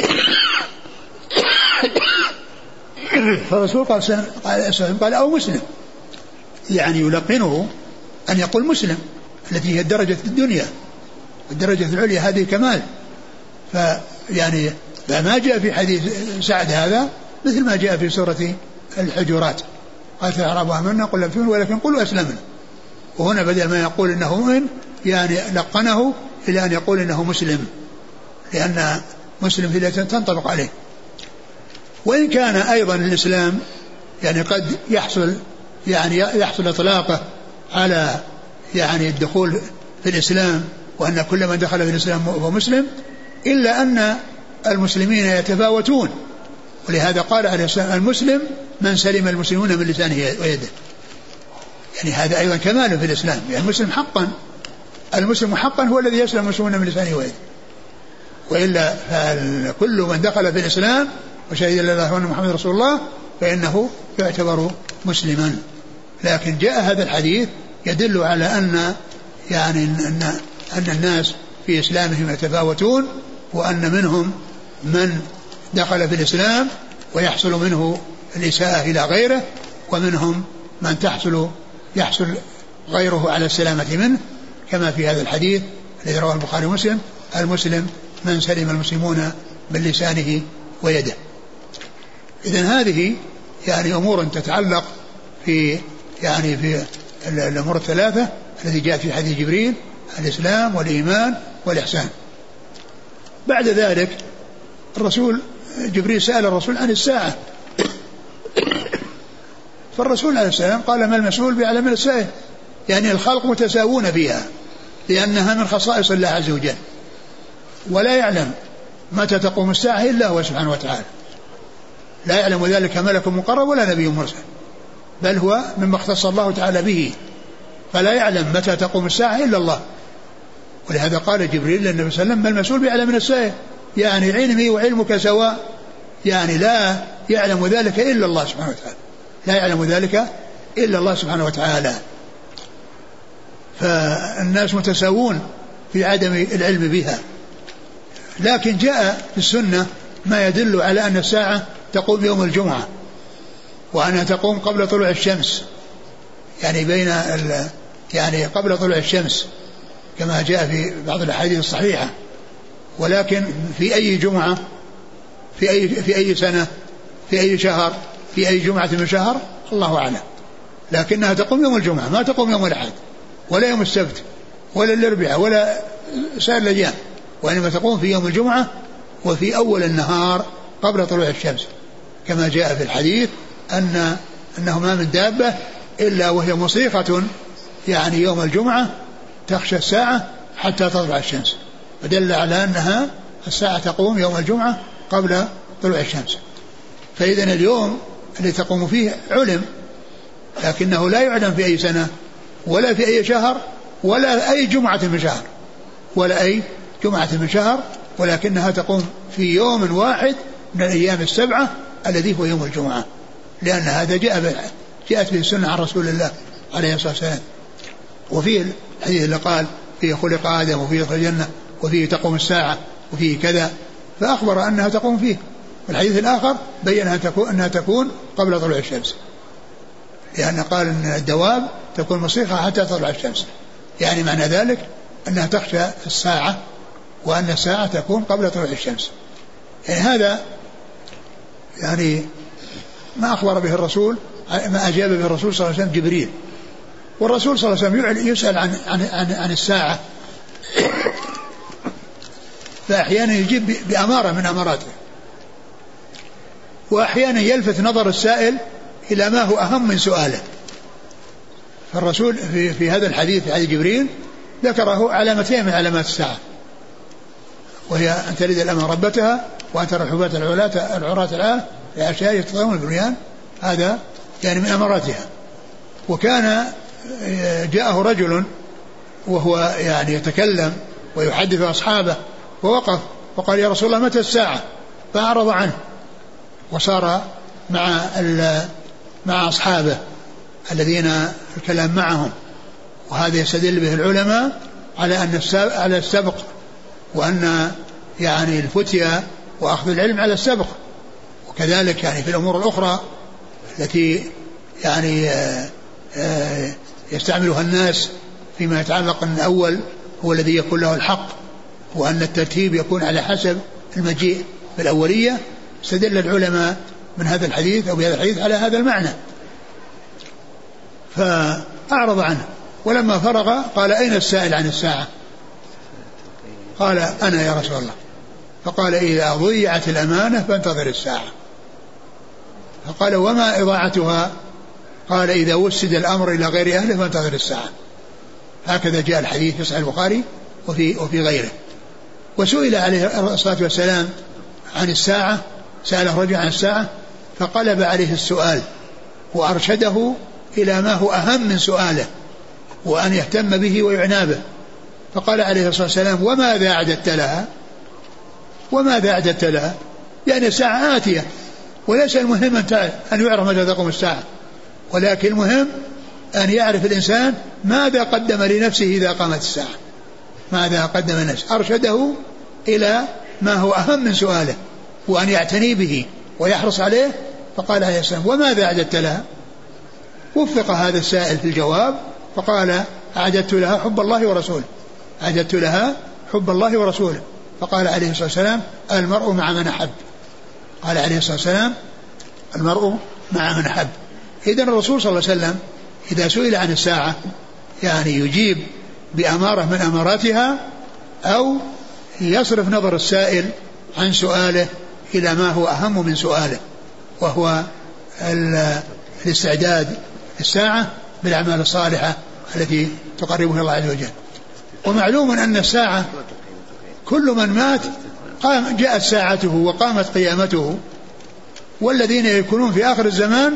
فالرسول قال, قال أو مسلم، يعني يلقنه أن يقول مسلم التي هي الدرجة الدنيا الدرجة العليا، هذه كمال. فيعني فما جاء في حديث سعد هذا مثل ما جاء في سورة الحجرات قالت الأعراب آمنا قل لم تؤمنوا ولكن قولوا أسلمنا. وهنا بدل ما يقول إنه مؤمن يعني لقنه إلى أن يقول إنه مسلم، لأن مسلم في تنطبق عليه. وإن كان أيضا الإسلام يعني قد يحصل يعني يحصل إطلاقه على يعني الدخول في الإسلام، وأن كل من دخل في الإسلام هو مسلم، إلا أن المسلمين يتفاوتون. ولهذا قال عليه الصلاة المسلم من سلم المسلمون من لسانه ويده، يعني هذا أيضا كمال في الإسلام. يعني المسلم حقا المسلم حقا هو الذي يسلم المسلمون من لسانه ويده، وإلا كل من دخل في الإسلام وشهد لا إله إلا الله محمد رسول الله فإنه يعتبر مسلما. لكن جاء هذا الحديث يدل على أن يعني أن أن الناس في إسلامهم يتفاوتون، وأن منهم من دخل في الإسلام ويحصل منه الإساءة إلى غيره، ومنهم من تحصل يحصل غيره على السلامة منه، كما في هذا الحديث الذي رواه البخاري ومسلم المسلم من سلم المسلمون من لسانه ويده. إذن هذه يعني أمور تتعلق في يعني في الأمور الثلاثة التي جاء في حديث جبريل: الإسلام والإيمان والإحسان. بعد ذلك الرسول جبريل سأل الرسول عن الساعة، فالرسول عليه السلام قال: ما المسؤول بأعلم من السائل، يعني الخلق متساوون فيها، لأنها من خصائص الله عز وجل، ولا يعلم متى تقوم الساعة إلا هو سبحانه وتعالى، لا يعلم ذلك ملك مقرب ولا نبي مرسل، بل هو مما اختص الله تعالى به، فلا يعلم متى تقوم الساعة إلا الله. ولهذا قال جبريل للنبي صلى الله عليه وسلم: ما المسؤول بأعلم من السائل، يعني علمي وعلمك سواء، يعني لا يعلم ذلك إلا الله سبحانه وتعالى، لا يعلم ذلك إلا الله سبحانه وتعالى. فالناس متساوون في عدم العلم بها. لكن جاء في السنة ما يدل على أن الساعة تقوم يوم الجمعة، وأنها تقوم قبل طلوع الشمس، يعني بين يعني قبل طلوع الشمس كما جاء في بعض الأحاديث الصحيحة. ولكن في أي جمعة، في أي في أي سنة، في أي شهر، في أي جمعة من شهر، الله أعلم. لكنها تقوم يوم الجمعة، ما تقوم يوم الأحد ولا يوم السبت ولا الأربعاء ولا سائر الأيام، وإنما تقوم في يوم الجمعة وفي أول النهار قبل طلوع الشمس، كما جاء في الحديث أن أنه ما من دابة إلا وهي مصيقة يعني يوم الجمعة تخشى الساعة حتى تطلع الشمس، فدل على أنها الساعة تقوم يوم الجمعة قبل طلوع الشمس. فإذن اليوم الذي تقوم فيه علم، لكنه لا يعلم في أي سنة ولا في أي شهر ولا أي جمعة من شهر ولا أي جمعة من شهر، ولكنها تقوم في يوم واحد من الأيام السبعة الذي هو يوم الجمعة، لأن هذا جاء جاءت به السنة عن رسول الله عليه الصلاة والسلام. وفيه الحديث اللي قال: فيه خلق آدم وفيه يدخل الجنة وفيه تقوم الساعة وفيه كذا، فأخبر أنها تقوم فيه. والحديث الآخر بيّن أنها تكون قبل طلوع الشمس، لأن قال أن الدواب تكون مصيخة حتى تطلع الشمس، يعني معنى ذلك أنها تخشى الساعة، وأن الساعة تكون قبل طلوع الشمس. يعني هذا يعني ما أخبر به الرسول، ما أجاب به الرسول صلى الله عليه وسلم جبريل. والرسول صلى الله عليه وسلم يسأل عن, عن, عن, عن الساعة، فأحيانا يجيب بأمارة من أماراته، وأحيانا يلفت نظر السائل إلى ما هو أهم من سؤاله. فالرسول في, في هذا الحديث في حديث جبريل ذكره علامتين من علامات الساعة، وهي أن تلد الأمة ربتها وأن ترى الحباة العراة الآن لأشياء يتطاولون البنيان، هذا يعني من أماراتها. وكان جاءه رجل وهو يعني يتكلم ويحدث أصحابه ووقف وقال يا رسول الله متى الساعة؟ فأعرض عنه وصار مع مع أصحابه الذين الكلام معهم. وهذا يستدل به العلماء على أن على السبق، وأن يعني الفتية وأخذ العلم على السبق. وكذلك يعني في الأمور الأخرى التي يعني يستعملها الناس فيما يتعلق أن الأول هو الذي يكون له الحق، وأن الترتيب يكون على حسب المجيء في الأولية، استدل العلماء من هذا الحديث أو بهذا الحديث على هذا المعنى. فأعرض عنه، ولما فرغ قال أين السائل عن الساعة؟ قال أنا يا رسول الله. فقال إذا ضيعت الأمانة فانتظر الساعة. فقال وما إضاعتها؟ قال إذا وسد الأمر إلى غير أهله فانتظر الساعة. هكذا جاء الحديث في صحيح البخاري وفي, وفي غيره. وسئل عليه الصلاة والسلام عن الساعة، سأله رجل عن الساعة فقلب عليه السؤال وأرشده إلى ما هو أهم من سؤاله وأن يهتم به ويعنى به. فقال عليه الصلاة والسلام وماذا أعددت لها؟ وماذا أعددت لها؟ يعني الساعة آتية، وليس المهم أن يعرف متى تقوم الساعة، ولكن المهم أن يعرف الإنسان ماذا قدم لنفسه إذا قامت الساعة، ماذا قدم لنفسه. أرشده إلى ما هو أهم من سؤاله وأن يعتني به ويحرص عليه. فقال عليه السلام وماذا أعددت لها؟ وفق هذا السائل في الجواب فقال أعددت لها حب الله ورسوله، أعددت لها حب الله ورسوله. فقال عليه الصلاة والسلام المرء مع من أحب، قال عليه الصلاة والسلام المرء مع من أحب. إذن الرسول صلى الله عليه وسلم إذا سئل عن الساعة يعني يجيب بأمارة من أماراتها، أو يصرف نظر السائل عن سؤاله إلى ما هو أهم من سؤاله، وهو الاستعداد الساعة بالأعمال الصالحة التي تقربه إلى الله عز وجل. ومعلوم أن الساعة كل من مات قام جاءت ساعته وقامت قيامته، والذين يكونون في آخر الزمان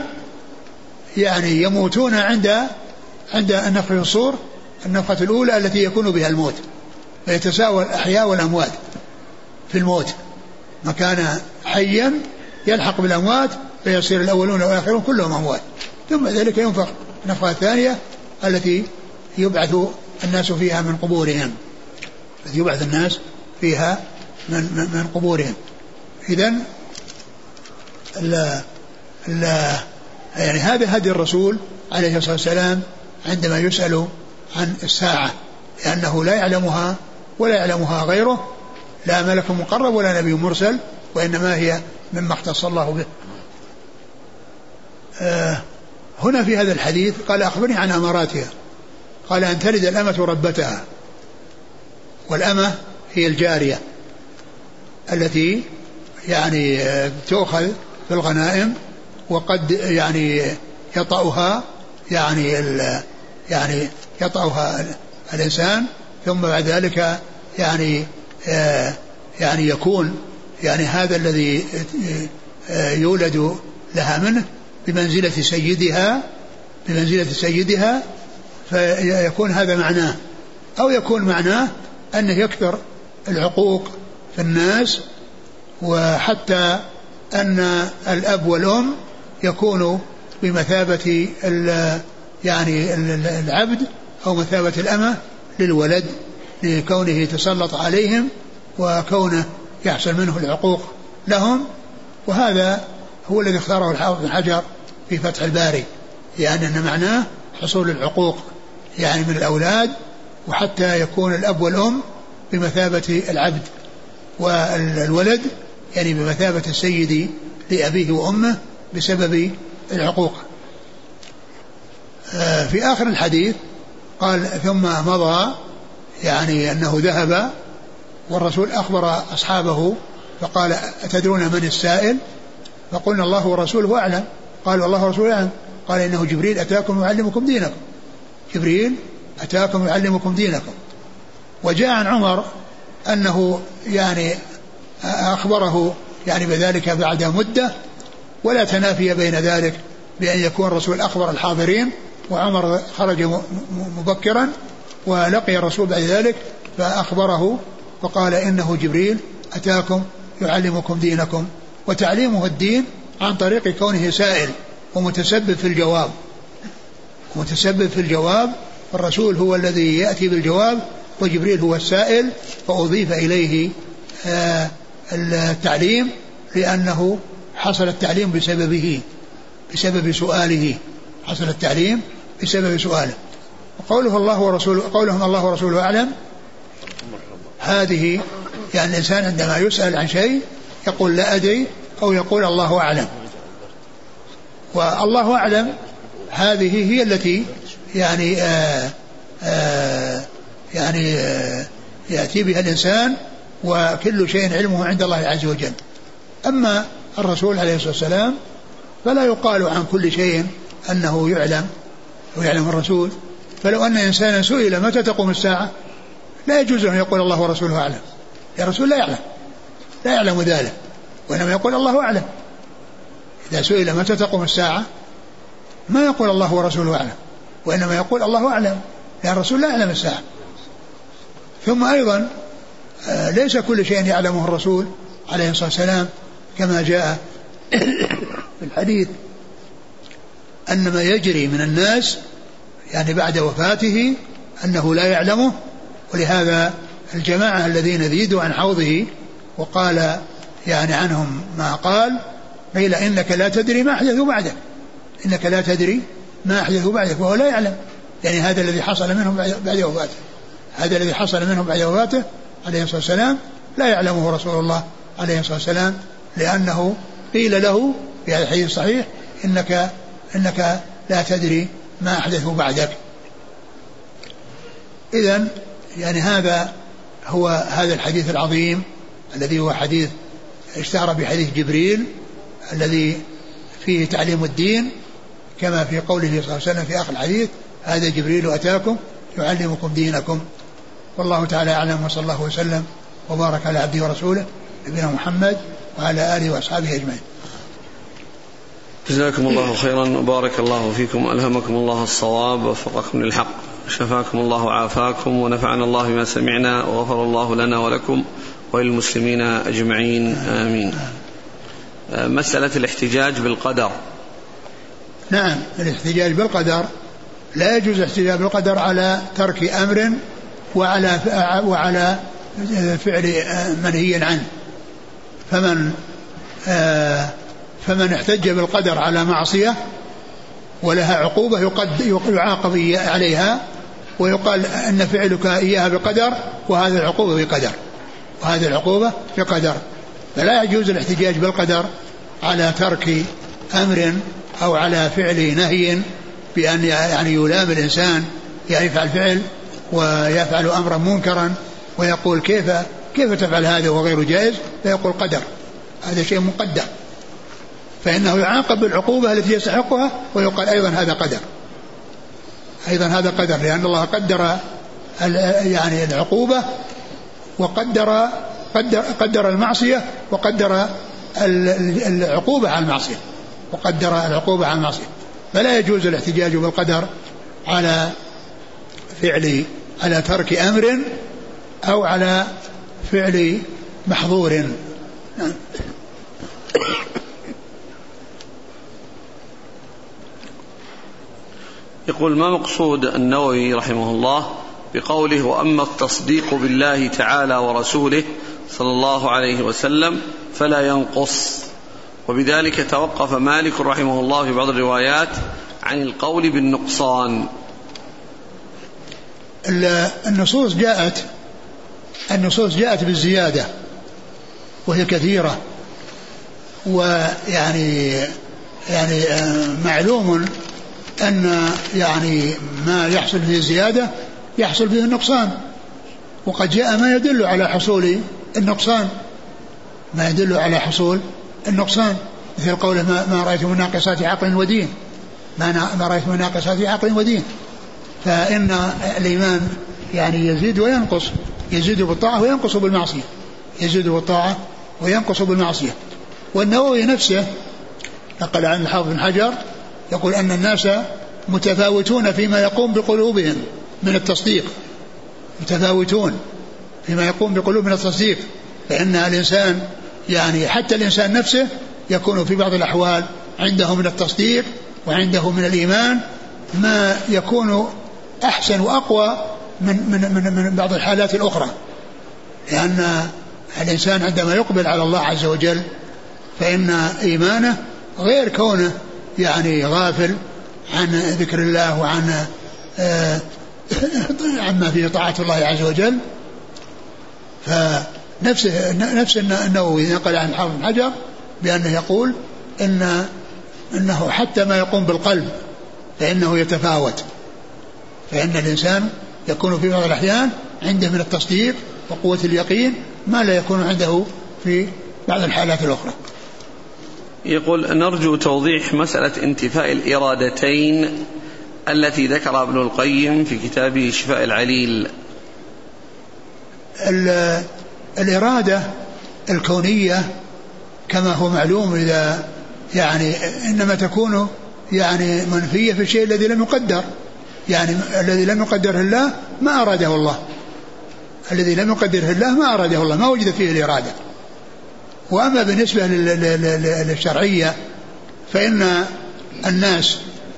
يعني يموتون عند عند النفخ في الصور، النفخة الأولى التي يكون بها الموت، فيتساوى الأحياء والأموات في الموت، ما كان حيا يلحق بالأموات فيصير الأولون والآخرون كلهم أموات. ثم ذلك ينفخ النفخة الثانية التي يبعث الناس فيها من قبورهم، التي يبعث الناس فيها من, من, من قبورهم. إذن لا لا يعني هذا هدي الرسول عليه الصلاة والسلام عندما يسأل عن الساعة، لأنه لا يعلمها ولا يعلمها غيره، لا ملك مقرب ولا نبي مرسل، وإنما هي مما اختص الله به. آه هنا في هذا الحديث قال أخبرني عن أماراتها، قال أن تلد الأمة ربتها، والأمة هي الجارية التي يعني تؤخذ في الغنائم، وقد يعني يطأها يعني يعني يطأها الإنسان، ثم بعد ذلك يعني يعني يكون يعني هذا الذي يولد لها منه بمنزلة سيدها بمنزلة سيدها فيكون هذا معناه، أو يكون معناه أنه يكثر العقوق في الناس، وحتى أن الأب والأم يكونوا بمثابة يعني العبد أو مثابة الأمة للولد، لكونه يتسلط عليهم وكونه يحصل منه العقوق لهم. وهذا هو الذي اختاره الحافظ بن حجر في فتح الباري، يعني أن معناه حصول العقوق يعني من الأولاد، وحتى يكون الأب والأم بمثابة العبد، والولد يعني بمثابة السيد لأبيه وأمه بسبب العقوق. في آخر الحديث قال ثم مضى، يعني أنه ذهب والرسول أخبر أصحابه فقال أتدرون من السائل؟ فقلنا الله ورسوله أعلم. قالوا الله ورسوله أعلم. قال إنه جبريل أتاكم يعلمكم دينكم. جبريل أتاكم يعلمكم دينكم. وجاء عن عمر أنه يعني أخبره يعني بذلك بعد مدة، ولا تنافي بين ذلك بأن يكون الرسول أخبر الحاضرين وعمر خرج مبكرا ولقي الرسول بعد ذلك فأخبره وقال إنه جبريل أتاكم يعلمكم دينكم. وتعليمه الدين عن طريق كونه سائل ومتسبب في الجواب متسبب في الجواب الرسول هو الذي يأتي بالجواب وجبريل هو السائل، فأضيف إليه التعليم لأنه حصل التعليم بسببه بسبب سؤاله حصل التعليم بسبب سؤاله. وقوله الله ورسوله قولهم الله ورسوله أعلم، هذه يعني الإنسان عندما يسأل عن شيء يقول لا أدري أو يقول الله أعلم. والله أعلم هذه هي التي يعني آآ آآ يعني آآ يأتي بها الإنسان، وكل شيء علمه عند الله عز وجل. أما الرسول عليه الصلاة والسلام فلا يقال عن كل شيء أنه يعلم ويعلم الرسول. فلو أن إنسانا سئل متى تقوم الساعة لا يجوز أن يقول الله ورسوله أعلم، يا رسول لا يعلم لا يعلم ذلك، وإنما يقول الله أعلم. إذا سئل متى تقوم الساعة ما يقول الله ورسوله أعلم، وإنما يقول الله أعلم، لأن الرسول لا يعلم الساعة. ثم أيضا ليس كل شيء يعلمه الرسول عليه الصلاة والسلام كما جاء في الحديث أن ما يجري من الناس يعني بعد وفاته أنه لا يعلمه. ولهذا الجماعة الذين زيدوا عن حوضه وقال يعني عنهم ما قال، قيل إنك لا تدري ما أحدثوا بعدك إنك لا تدري ما أحدثوا بعدك وهو لا يعلم. يعني هذا الذي حصل منهم بعد وفاته هذا الذي حصل منهم بعد وفاته عليه الصلاة والسلام لا يعلمه رسول الله عليه الصلاة والسلام، لأنه قيل له في هذا الحديث الصحيح إنك, إنك لا تدري ما أحدثوا بعدك. إذن يعني هذا هو هذا الحديث العظيم الذي هو حديث اشتهر بحديث جبريل الذي فيه تعليم الدين، كما في قوله صلى الله عليه وسلم في آخر الحديث هذا جبريل أتاكم يعلمكم دينكم. والله تعالى أعلم، وصلى الله وسلم وبارك على عبده ورسوله نبينا محمد وعلى آله وأصحابه أجمعين. جزاكم الله خيرا وبارك الله فيكم، ألهمكم الله الصواب ووفقكم للحق، شفاكم الله وعافاكم، ونفعنا الله بما سمعنا، وغفر الله لنا ولكم وللمسلمين أجمعين، آمين. مسألة الاحتجاج بالقدر. نعم، الاحتجاج بالقدر لا يجوز الاحتجاج بالقدر على ترك أمر وعلى وعلى فعل منهي عنه. فمن فمن احتج بالقدر على معصية ولها عقوبة يعاقب عليها، ويقال أن فعلك إياها بقدر وهذا العقوبة بقدر وهذا العقوبة بقدر. فلا يجوز الاحتجاج بالقدر على ترك أمر أو على فعل نهي بأن يعني يلام الإنسان يفعل فعل ويفعل أمرا منكرا ويقول كيف كيف تفعل هذا وغير جائز، فيقول قدر، هذا شيء مقدر، فإنه يعاقب بالعقوبة التي يستحقها، ويقال أيضا هذا قدر أيضا هذا قدر لأن الله قدر يعني العقوبة وقدر قدر, قدر المعصية وقدر العقوبة على المعصية وقدر العقوبة على المعصية. فلا يجوز الاحتجاج بالقدر على فعل على ترك أمر أو على فعل محظور. يقول: ما مقصود النووي رحمه الله بقوله وأما التصديق بالله تعالى ورسوله صلى الله عليه وسلم فلا ينقص؟ وبذلك توقف مالك رحمه الله في بعض الروايات عن القول بالنقصان. النصوص جاءت النصوص جاءت بالزيادة وهي كثيرة، ويعني يعني معلوم أن يعني ما يحصل فيه الزيادة يحصل فيه النقصان، وقد جاء ما يدل على حصول النقصان ما يدل على حصول النقصان مثل قوله ما, ما رأيت من ناقصات عقل ودين ما, ما رأيت من ناقصات عقل ودين فإن الإيمان يعني يزيد وينقص، يزيد بالطاعة وينقص بالمعصية، يزيد بالطاعة وينقص بالمعصية. والنووي نفسه نقل عن الحافظ بن حجر يقول أن الناس متفاوتون فيما يقوم بقلوبهم من التصديق، متفاوتون فيما يقوم بقلوب من التصديق، فإن الإنسان يعني حتى الإنسان نفسه يكون في بعض الأحوال عنده من التصديق وعنده من الإيمان ما يكون أحسن وأقوى من, من, من, من بعض الحالات الأخرى، لأن الإنسان عندما يقبل على الله عز وجل فإن إيمانه غير كونه يعني غافل عن ذكر الله وعن آه عما فيه طاعة الله عز وجل. فنفسه نفس النووي نقل عن الحافظ بن حجر بأنه يقول إن إنه حتى ما يقوم بالقلب فإنه يتفاوت، فإن الإنسان يكون في بعض الأحيان عنده من التصديق وقوة اليقين ما لا يكون عنده في بعض الحالات الأخرى. يقول نرجو توضيح مسألة انتفاء الإرادتين التي ذكرها ابن القيم في كتابه شفاء العليل. الإرادة الكونية كما هو معلوم إذا يعني إنما تكون يعني منفية في الشيء الذي لم يقدر، يعني الذي لم يقدره الله ما أراده الله، الذي لم يقدره الله ما أراده الله، ما وجد فيه الإرادة. وأما بالنسبة للشرعية فإن الناس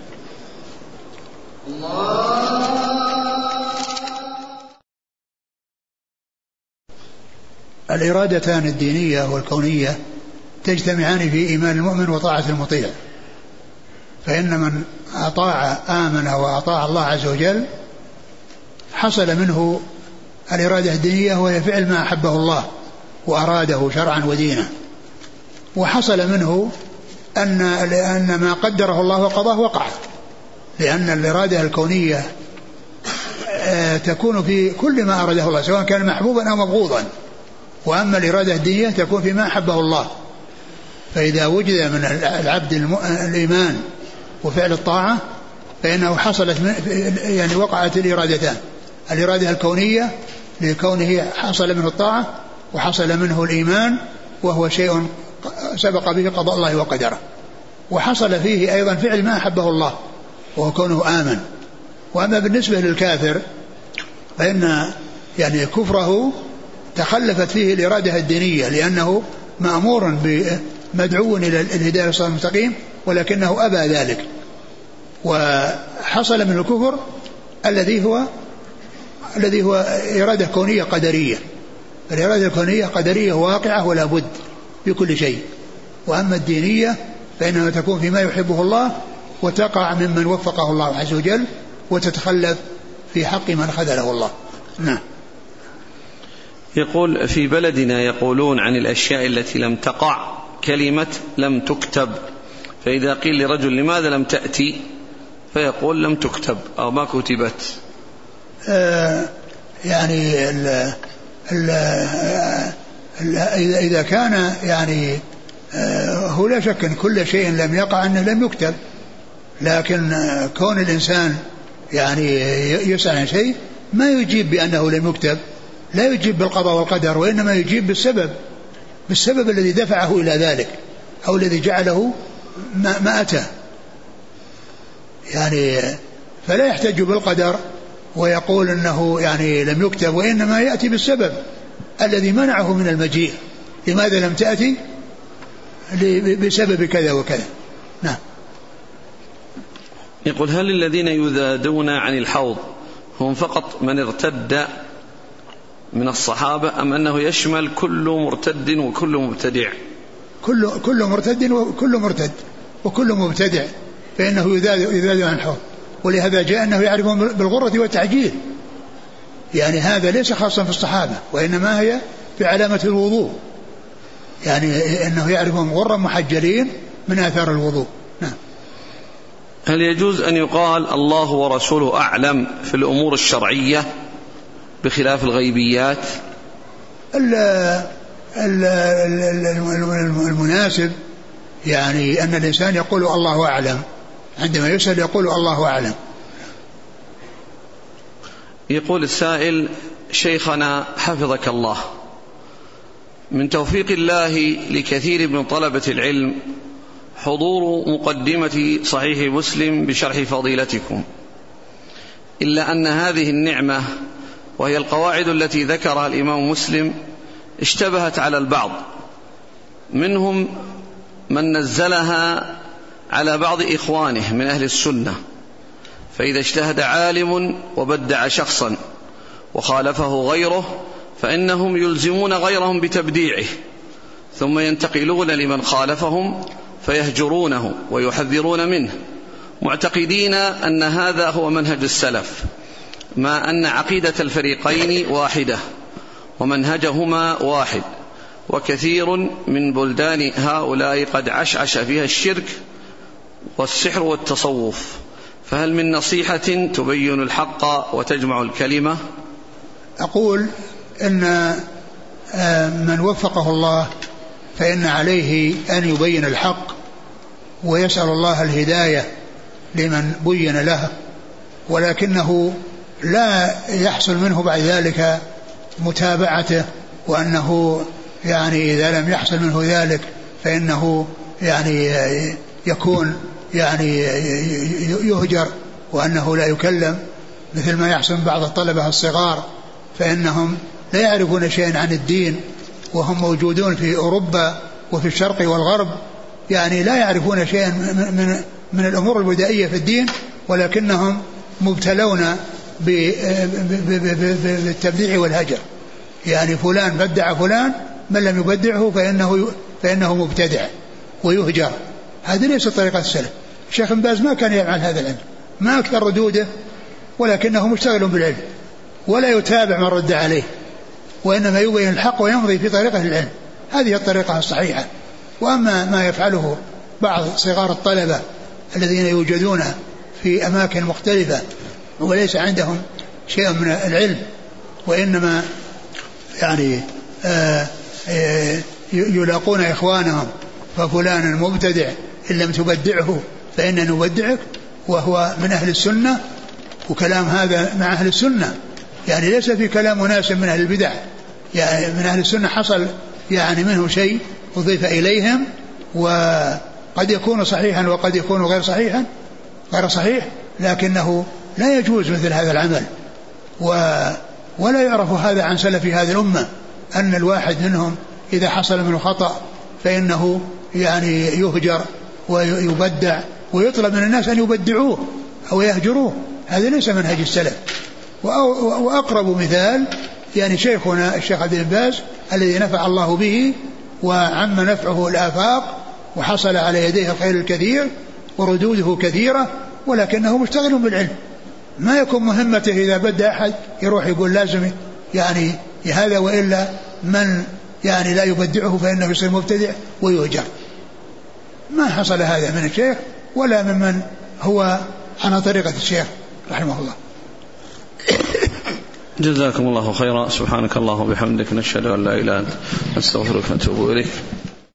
الإرادتان الدينية والكونية تجتمعان في إيمان المؤمن وطاعة المطيع، فإن من أطاع آمن وأطاع الله عز وجل حصل منه الإرادة الدينية وهي فعل ما أحبه الله وأراده شرعا ودينا، وحصل منه أن, أن ما قدره الله وقضاه وقع، لأن الإرادة الكونية تكون في كل ما أراده الله سواء كان محبوبا أو مبغوضا، وأما الإرادة الدينية تكون فيما أحبه الله. فإذا وجد من العبد الإيمان وفعل الطاعة فإنه حصلت يعني وقعت الإرادتان، الإرادة الكونية لكونه حصل منه الطاعة وحصل منه الإيمان وهو شيء سبق به قضاء الله وقدره، وحصل فيه أيضا فعل ما أحبه الله وهو كونه آمن. وأما بالنسبة للكافر فإن يعني كفره تخلفت فيه الإرادة الدينية لأنه مأمور بمدعو إلى الهداية والصراط المستقيم ولكنه أبى ذلك، وحصل من الكفر الذي هو الذي هو إرادة كونية قدرية. الإرادة الكونية قدرية واقعة ولا بد بكل شيء، وأما الدينية فإنها تكون فيما يحبه الله وتقع ممن وفقه الله عز وجل وتتخلف في حق من خذله الله. نعم. يقول في بلدنا يقولون عن الأشياء التي لم تقع كلمة لم تكتب، فإذا قيل لرجل لماذا لم تأتي فيقول لم تكتب أو ما كتبت. آه يعني ال ال ال إذا كان يعني آه هو لا شك أن كل شيء لم يقع أنه لم يكتب، لكن آه كون الإنسان يعني يسأل عن شيء ما يجيب بأنه لم يكتب، لا يجيب بالقضاء والقدر، وإنما يجيب بالسبب، بالسبب الذي دفعه إلى ذلك أو الذي جعله ما, ما أتى. يعني فلا يحتج بالقدر ويقول أنه يعني لم يكتب، وإنما يأتي بالسبب الذي منعه من المجيء. لماذا لم تأتي؟ بسبب كذا وكذا. نعم. يقول هل الذين يذادون عن الحوض هم فقط من ارتد من الصحابة أم أنه يشمل كل مرتد وكل مبتدع؟ كل كل مرتد وكل مرتد وكل مبتدع فإنه يذاد يذاد عن الحوض، ولهذا جاء أنه يعرفون بالغرة والتعجيل، يعني هذا ليس خاصا في الصحابة وإنما هي في علامة الوضوء، يعني أنه يعرفون غرا محجلين من آثار الوضوء. نعم. هل يجوز أن يقال الله ورسوله أعلم في الأمور الشرعية بخلاف الغيبيات؟ المناسب يعني أن الإنسان يقول الله أعلم، عندما يسأل يقول الله أعلم، يقول السائل: شيخنا حفظك الله، من توفيق الله لكثير من طلبة العلم حضور مقدمة صحيح مسلم بشرح فضيلتكم، إلا أن هذه النعمة وهي القواعد التي ذكرها الإمام مسلم اشتبهت على البعض، منهم من نزلها على بعض إخوانه من أهل السنة، فإذا اجتهد عالم وبدع شخصا وخالفه غيره فإنهم يلزمون غيرهم بتبديعه، ثم ينتقلون لمن خالفهم فيهجرونه ويحذرون منه، معتقدين أن هذا هو منهج السلف، ما أن عقيدة الفريقين واحدة ومنهجهما واحد، وكثير من بلدان هؤلاء قد عشعش فيها الشرك والسحر والتصوف، فهل من نصيحة تبين الحق وتجمع الكلمة؟ أقول إن من وفقه الله فإن عليه أن يبين الحق ويسأل الله الهداية لمن بين له، ولكنه لا يحصل منه بعد ذلك متابعته، وأنه يعني إذا لم يحصل منه ذلك فإنه يعني يكون يعني يهجر وأنه لا يكلم، مثل ما يحصل بعض الطلبة الصغار فإنهم لا يعرفون شيئا عن الدين وهم موجودون في أوروبا وفي الشرق والغرب، يعني لا يعرفون شيئا من, من الأمور البدائية في الدين، ولكنهم مبتلون بالتبديع والهجر، يعني فلان بدع فلان، من لم يبدعه فإنه, فإنه مبتدع ويهجر. هذه ليست طريقة السلف. الشيخ بن باز ما كان يفعل هذا العلم، ما أكثر ردوده، ولكنه مشتغل بالعلم ولا يتابع من رد عليه، وإنما يبين الحق ويمضي في طريقة العلم، هذه الطريقة الصحيحة. وأما ما يفعله بعض صغار الطلبة الذين يوجدون في أماكن مختلفة وليس عندهم شيء من العلم، وإنما يعني آآ آآ يلاقون إخوانهم ففلان مبتدع إن لم تبدعه فإننا نبدعك، وهو من أهل السنة، وكلام هذا مع أهل السنة، يعني ليس في كلام ناس من أهل البدع، يعني من أهل السنة حصل يعني منه شيء أضيف إليهم، وقد يكون صحيحا وقد يكون غير صحيحا غير صحيح، لكنه لا يجوز مثل هذا العمل، ولا يعرف هذا عن سلف هذه الأمة، أن الواحد منهم إذا حصل منه خطأ فإنه يعني يهجر ويبدع ويطلب من الناس أن يبدعوه أو يهجروه، هذا ليس منهج السلف. وأقرب مثال يعني شيخنا الشيخ عبد العزيز بن باز الذي نفع الله به وعم نفعه الآفاق وحصل على يديه الخير الكثير وردوده كثيرة، ولكنه مشتغل بالعلم، ما يكون مهمته إذا بدأ أحد يروح يقول لازم يعني هذا، وإلا من يعني لا يبدعه فإنه يصير مبتدع ويهجر. ما حصل هذا من الشيخ ولا ممن هو على طريقة الشيخ رحمه الله. جزاكم الله خيرا. سبحانك اللهم وبحمدك، نشهد أن لا إله إلا أنت، نستغفرك ونتوب إليك.